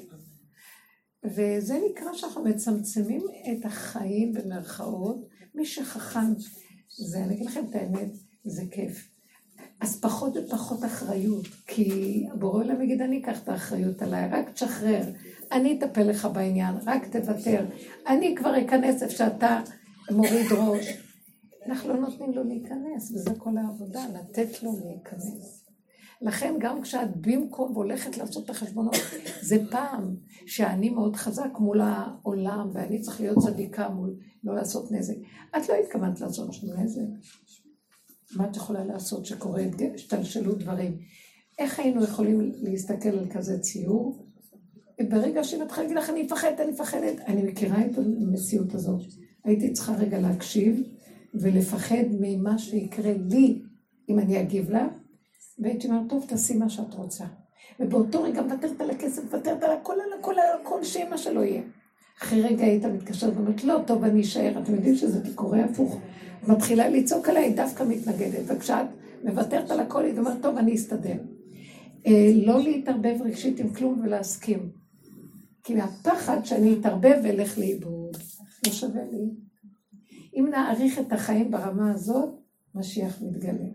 וזה נקרא שאנחנו מצמצמים את החיים במרכאות, מי שחכם, זה, אני אגיד לכם את האמת, זה כיף. אז פחות ופחות אחריות, כי בורא עולם יגיד, אני אקח את האחריות עליי, רק תשחרר, אני אטפל לך בעניין, רק תוותר, אני כבר אכנס איפה שאתה מוריד ראש. אנחנו לא נותנים לו להיכנס, וזה כל העבודה, לתת לו להיכנס. לכן גם כשאת במקום והולכת לעשות את החשבונות, זה פעם שאני מאוד חזק מול העולם, ואני צריך להיות צדיקה מול לא לעשות נזק. את לא התכוונת לעשות שום נזק. מה את יכולה לעשות שקורה, שתלשלו דברים? איך היינו יכולים להסתכל על כזה ציור? ברגע שמתחיל להגיד לך, אני מפחדת, אני מפחדת. אני מכירה את המציאות הזאת. הייתי צריכה רגע להקשיב ולפחד ממה שיקרה לי, אם אני אגיב לה, והייתי אומרת, טוב, תעשי מה שאת רוצה. ובאותו רגע מוותרת על הכסף, מוותרת על הכל, על הכל, על הכל, שיהיה מה שלא יהיה. אחרי רגע היית מתקשרת ואומרת, לא, טוב, אני אשאר. אתם יודעים שזה קורה הפוך. מתחילה לצעוק עליי, דווקא מתנגדת. וכשאת מוותרת על הכל, היא אומרת, טוב, אני אסתדר. לא להתערבב רגשית עם כלום ולהסכים. כי הפחד שאני אתערבב ואלך לאיבוד. לא שווה לי. אם נעריך את החיים ברמה הזאת, משיח מתגלה.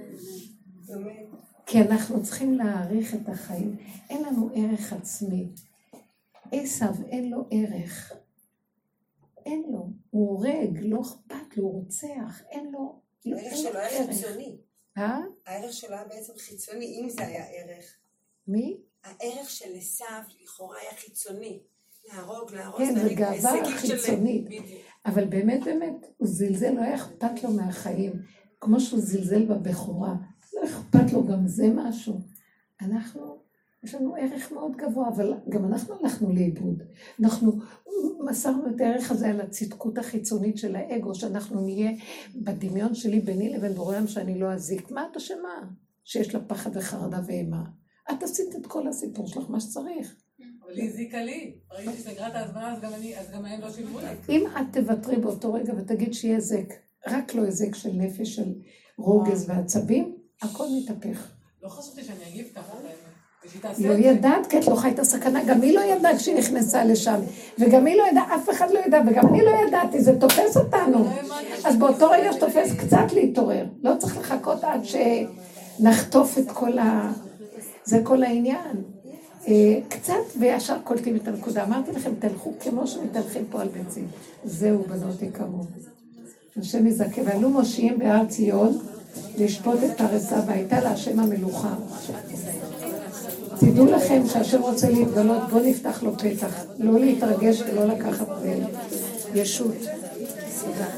כי אנחנו צריכים להעריך את החיים. אין לנו ערך עצמי. עשיו אין לו ערך. אין לו. הוא הורג, לא אכפת לו, הוא רוצח. אין לו. הערך שלו היה חיצוני. אה? הערך שלו היה בעצם חיצוני, אם זה היה ערך. מי? הערך של עשיו לכאורה היה חיצוני. להרוג, להרוג. כן, זה גאווה חיצונית. אבל באמת, באמת, הוא זלזל, לא היה אכפת לו מהחיים. כמו שהוא זלזל בבחורה. לא אכפת לו גם זה משהו. אנחנו, יש לנו ערך מאוד גבוה, אבל גם אנחנו הלכנו לאיבוד. אנחנו מסרנו את הערך הזה על הצדקות החיצונית של האגו, שאנחנו נהיה בדמיון שלי ביני לבין בורא עולם שאני לא אזיק. מה את אשמה? שיש לה פחד וחרדה ואימה. את עשית את כל הסיפור שלך, מה שצריך. אבל היא הזיקה לי. ראיתי שסגרה את ההזמנה, אז גם הם לא שילמו לי. אם את תוותרי באותו רגע ותגיד שיהיה זק, רק לא הזק של נפש, של רוגז ועצבים, הכל מתהפך. לא חשבתי שאני אגיב ככה. לא ידעת, כי את לא חייתה סכנה, גם היא לא ידעה כשהיא נכנסה לשם, וגם היא לא ידעה, אף אחד לא ידע, וגם אני לא ידעתי, זה תופס אותנו. אז באותו רגע שתופס קצת להתעורר, לא צריך לחכות עד שנחטוף את כל ה... זה כל העניין. קצת וישר קולטים את הנקודה. אמרתי לכם, תלכו כמו שמתהלכים פה על ביצים. זהו, בנות יקרו. השם יזכה, ועלו מושיעים בהר ציון, לשפוט את פרסה, והייתה להשם המלוכה. תדעו לכם שהשם רוצה להתגלות, בוא נפתח לו פתח, לא להתרגש ולא לקחת בישות.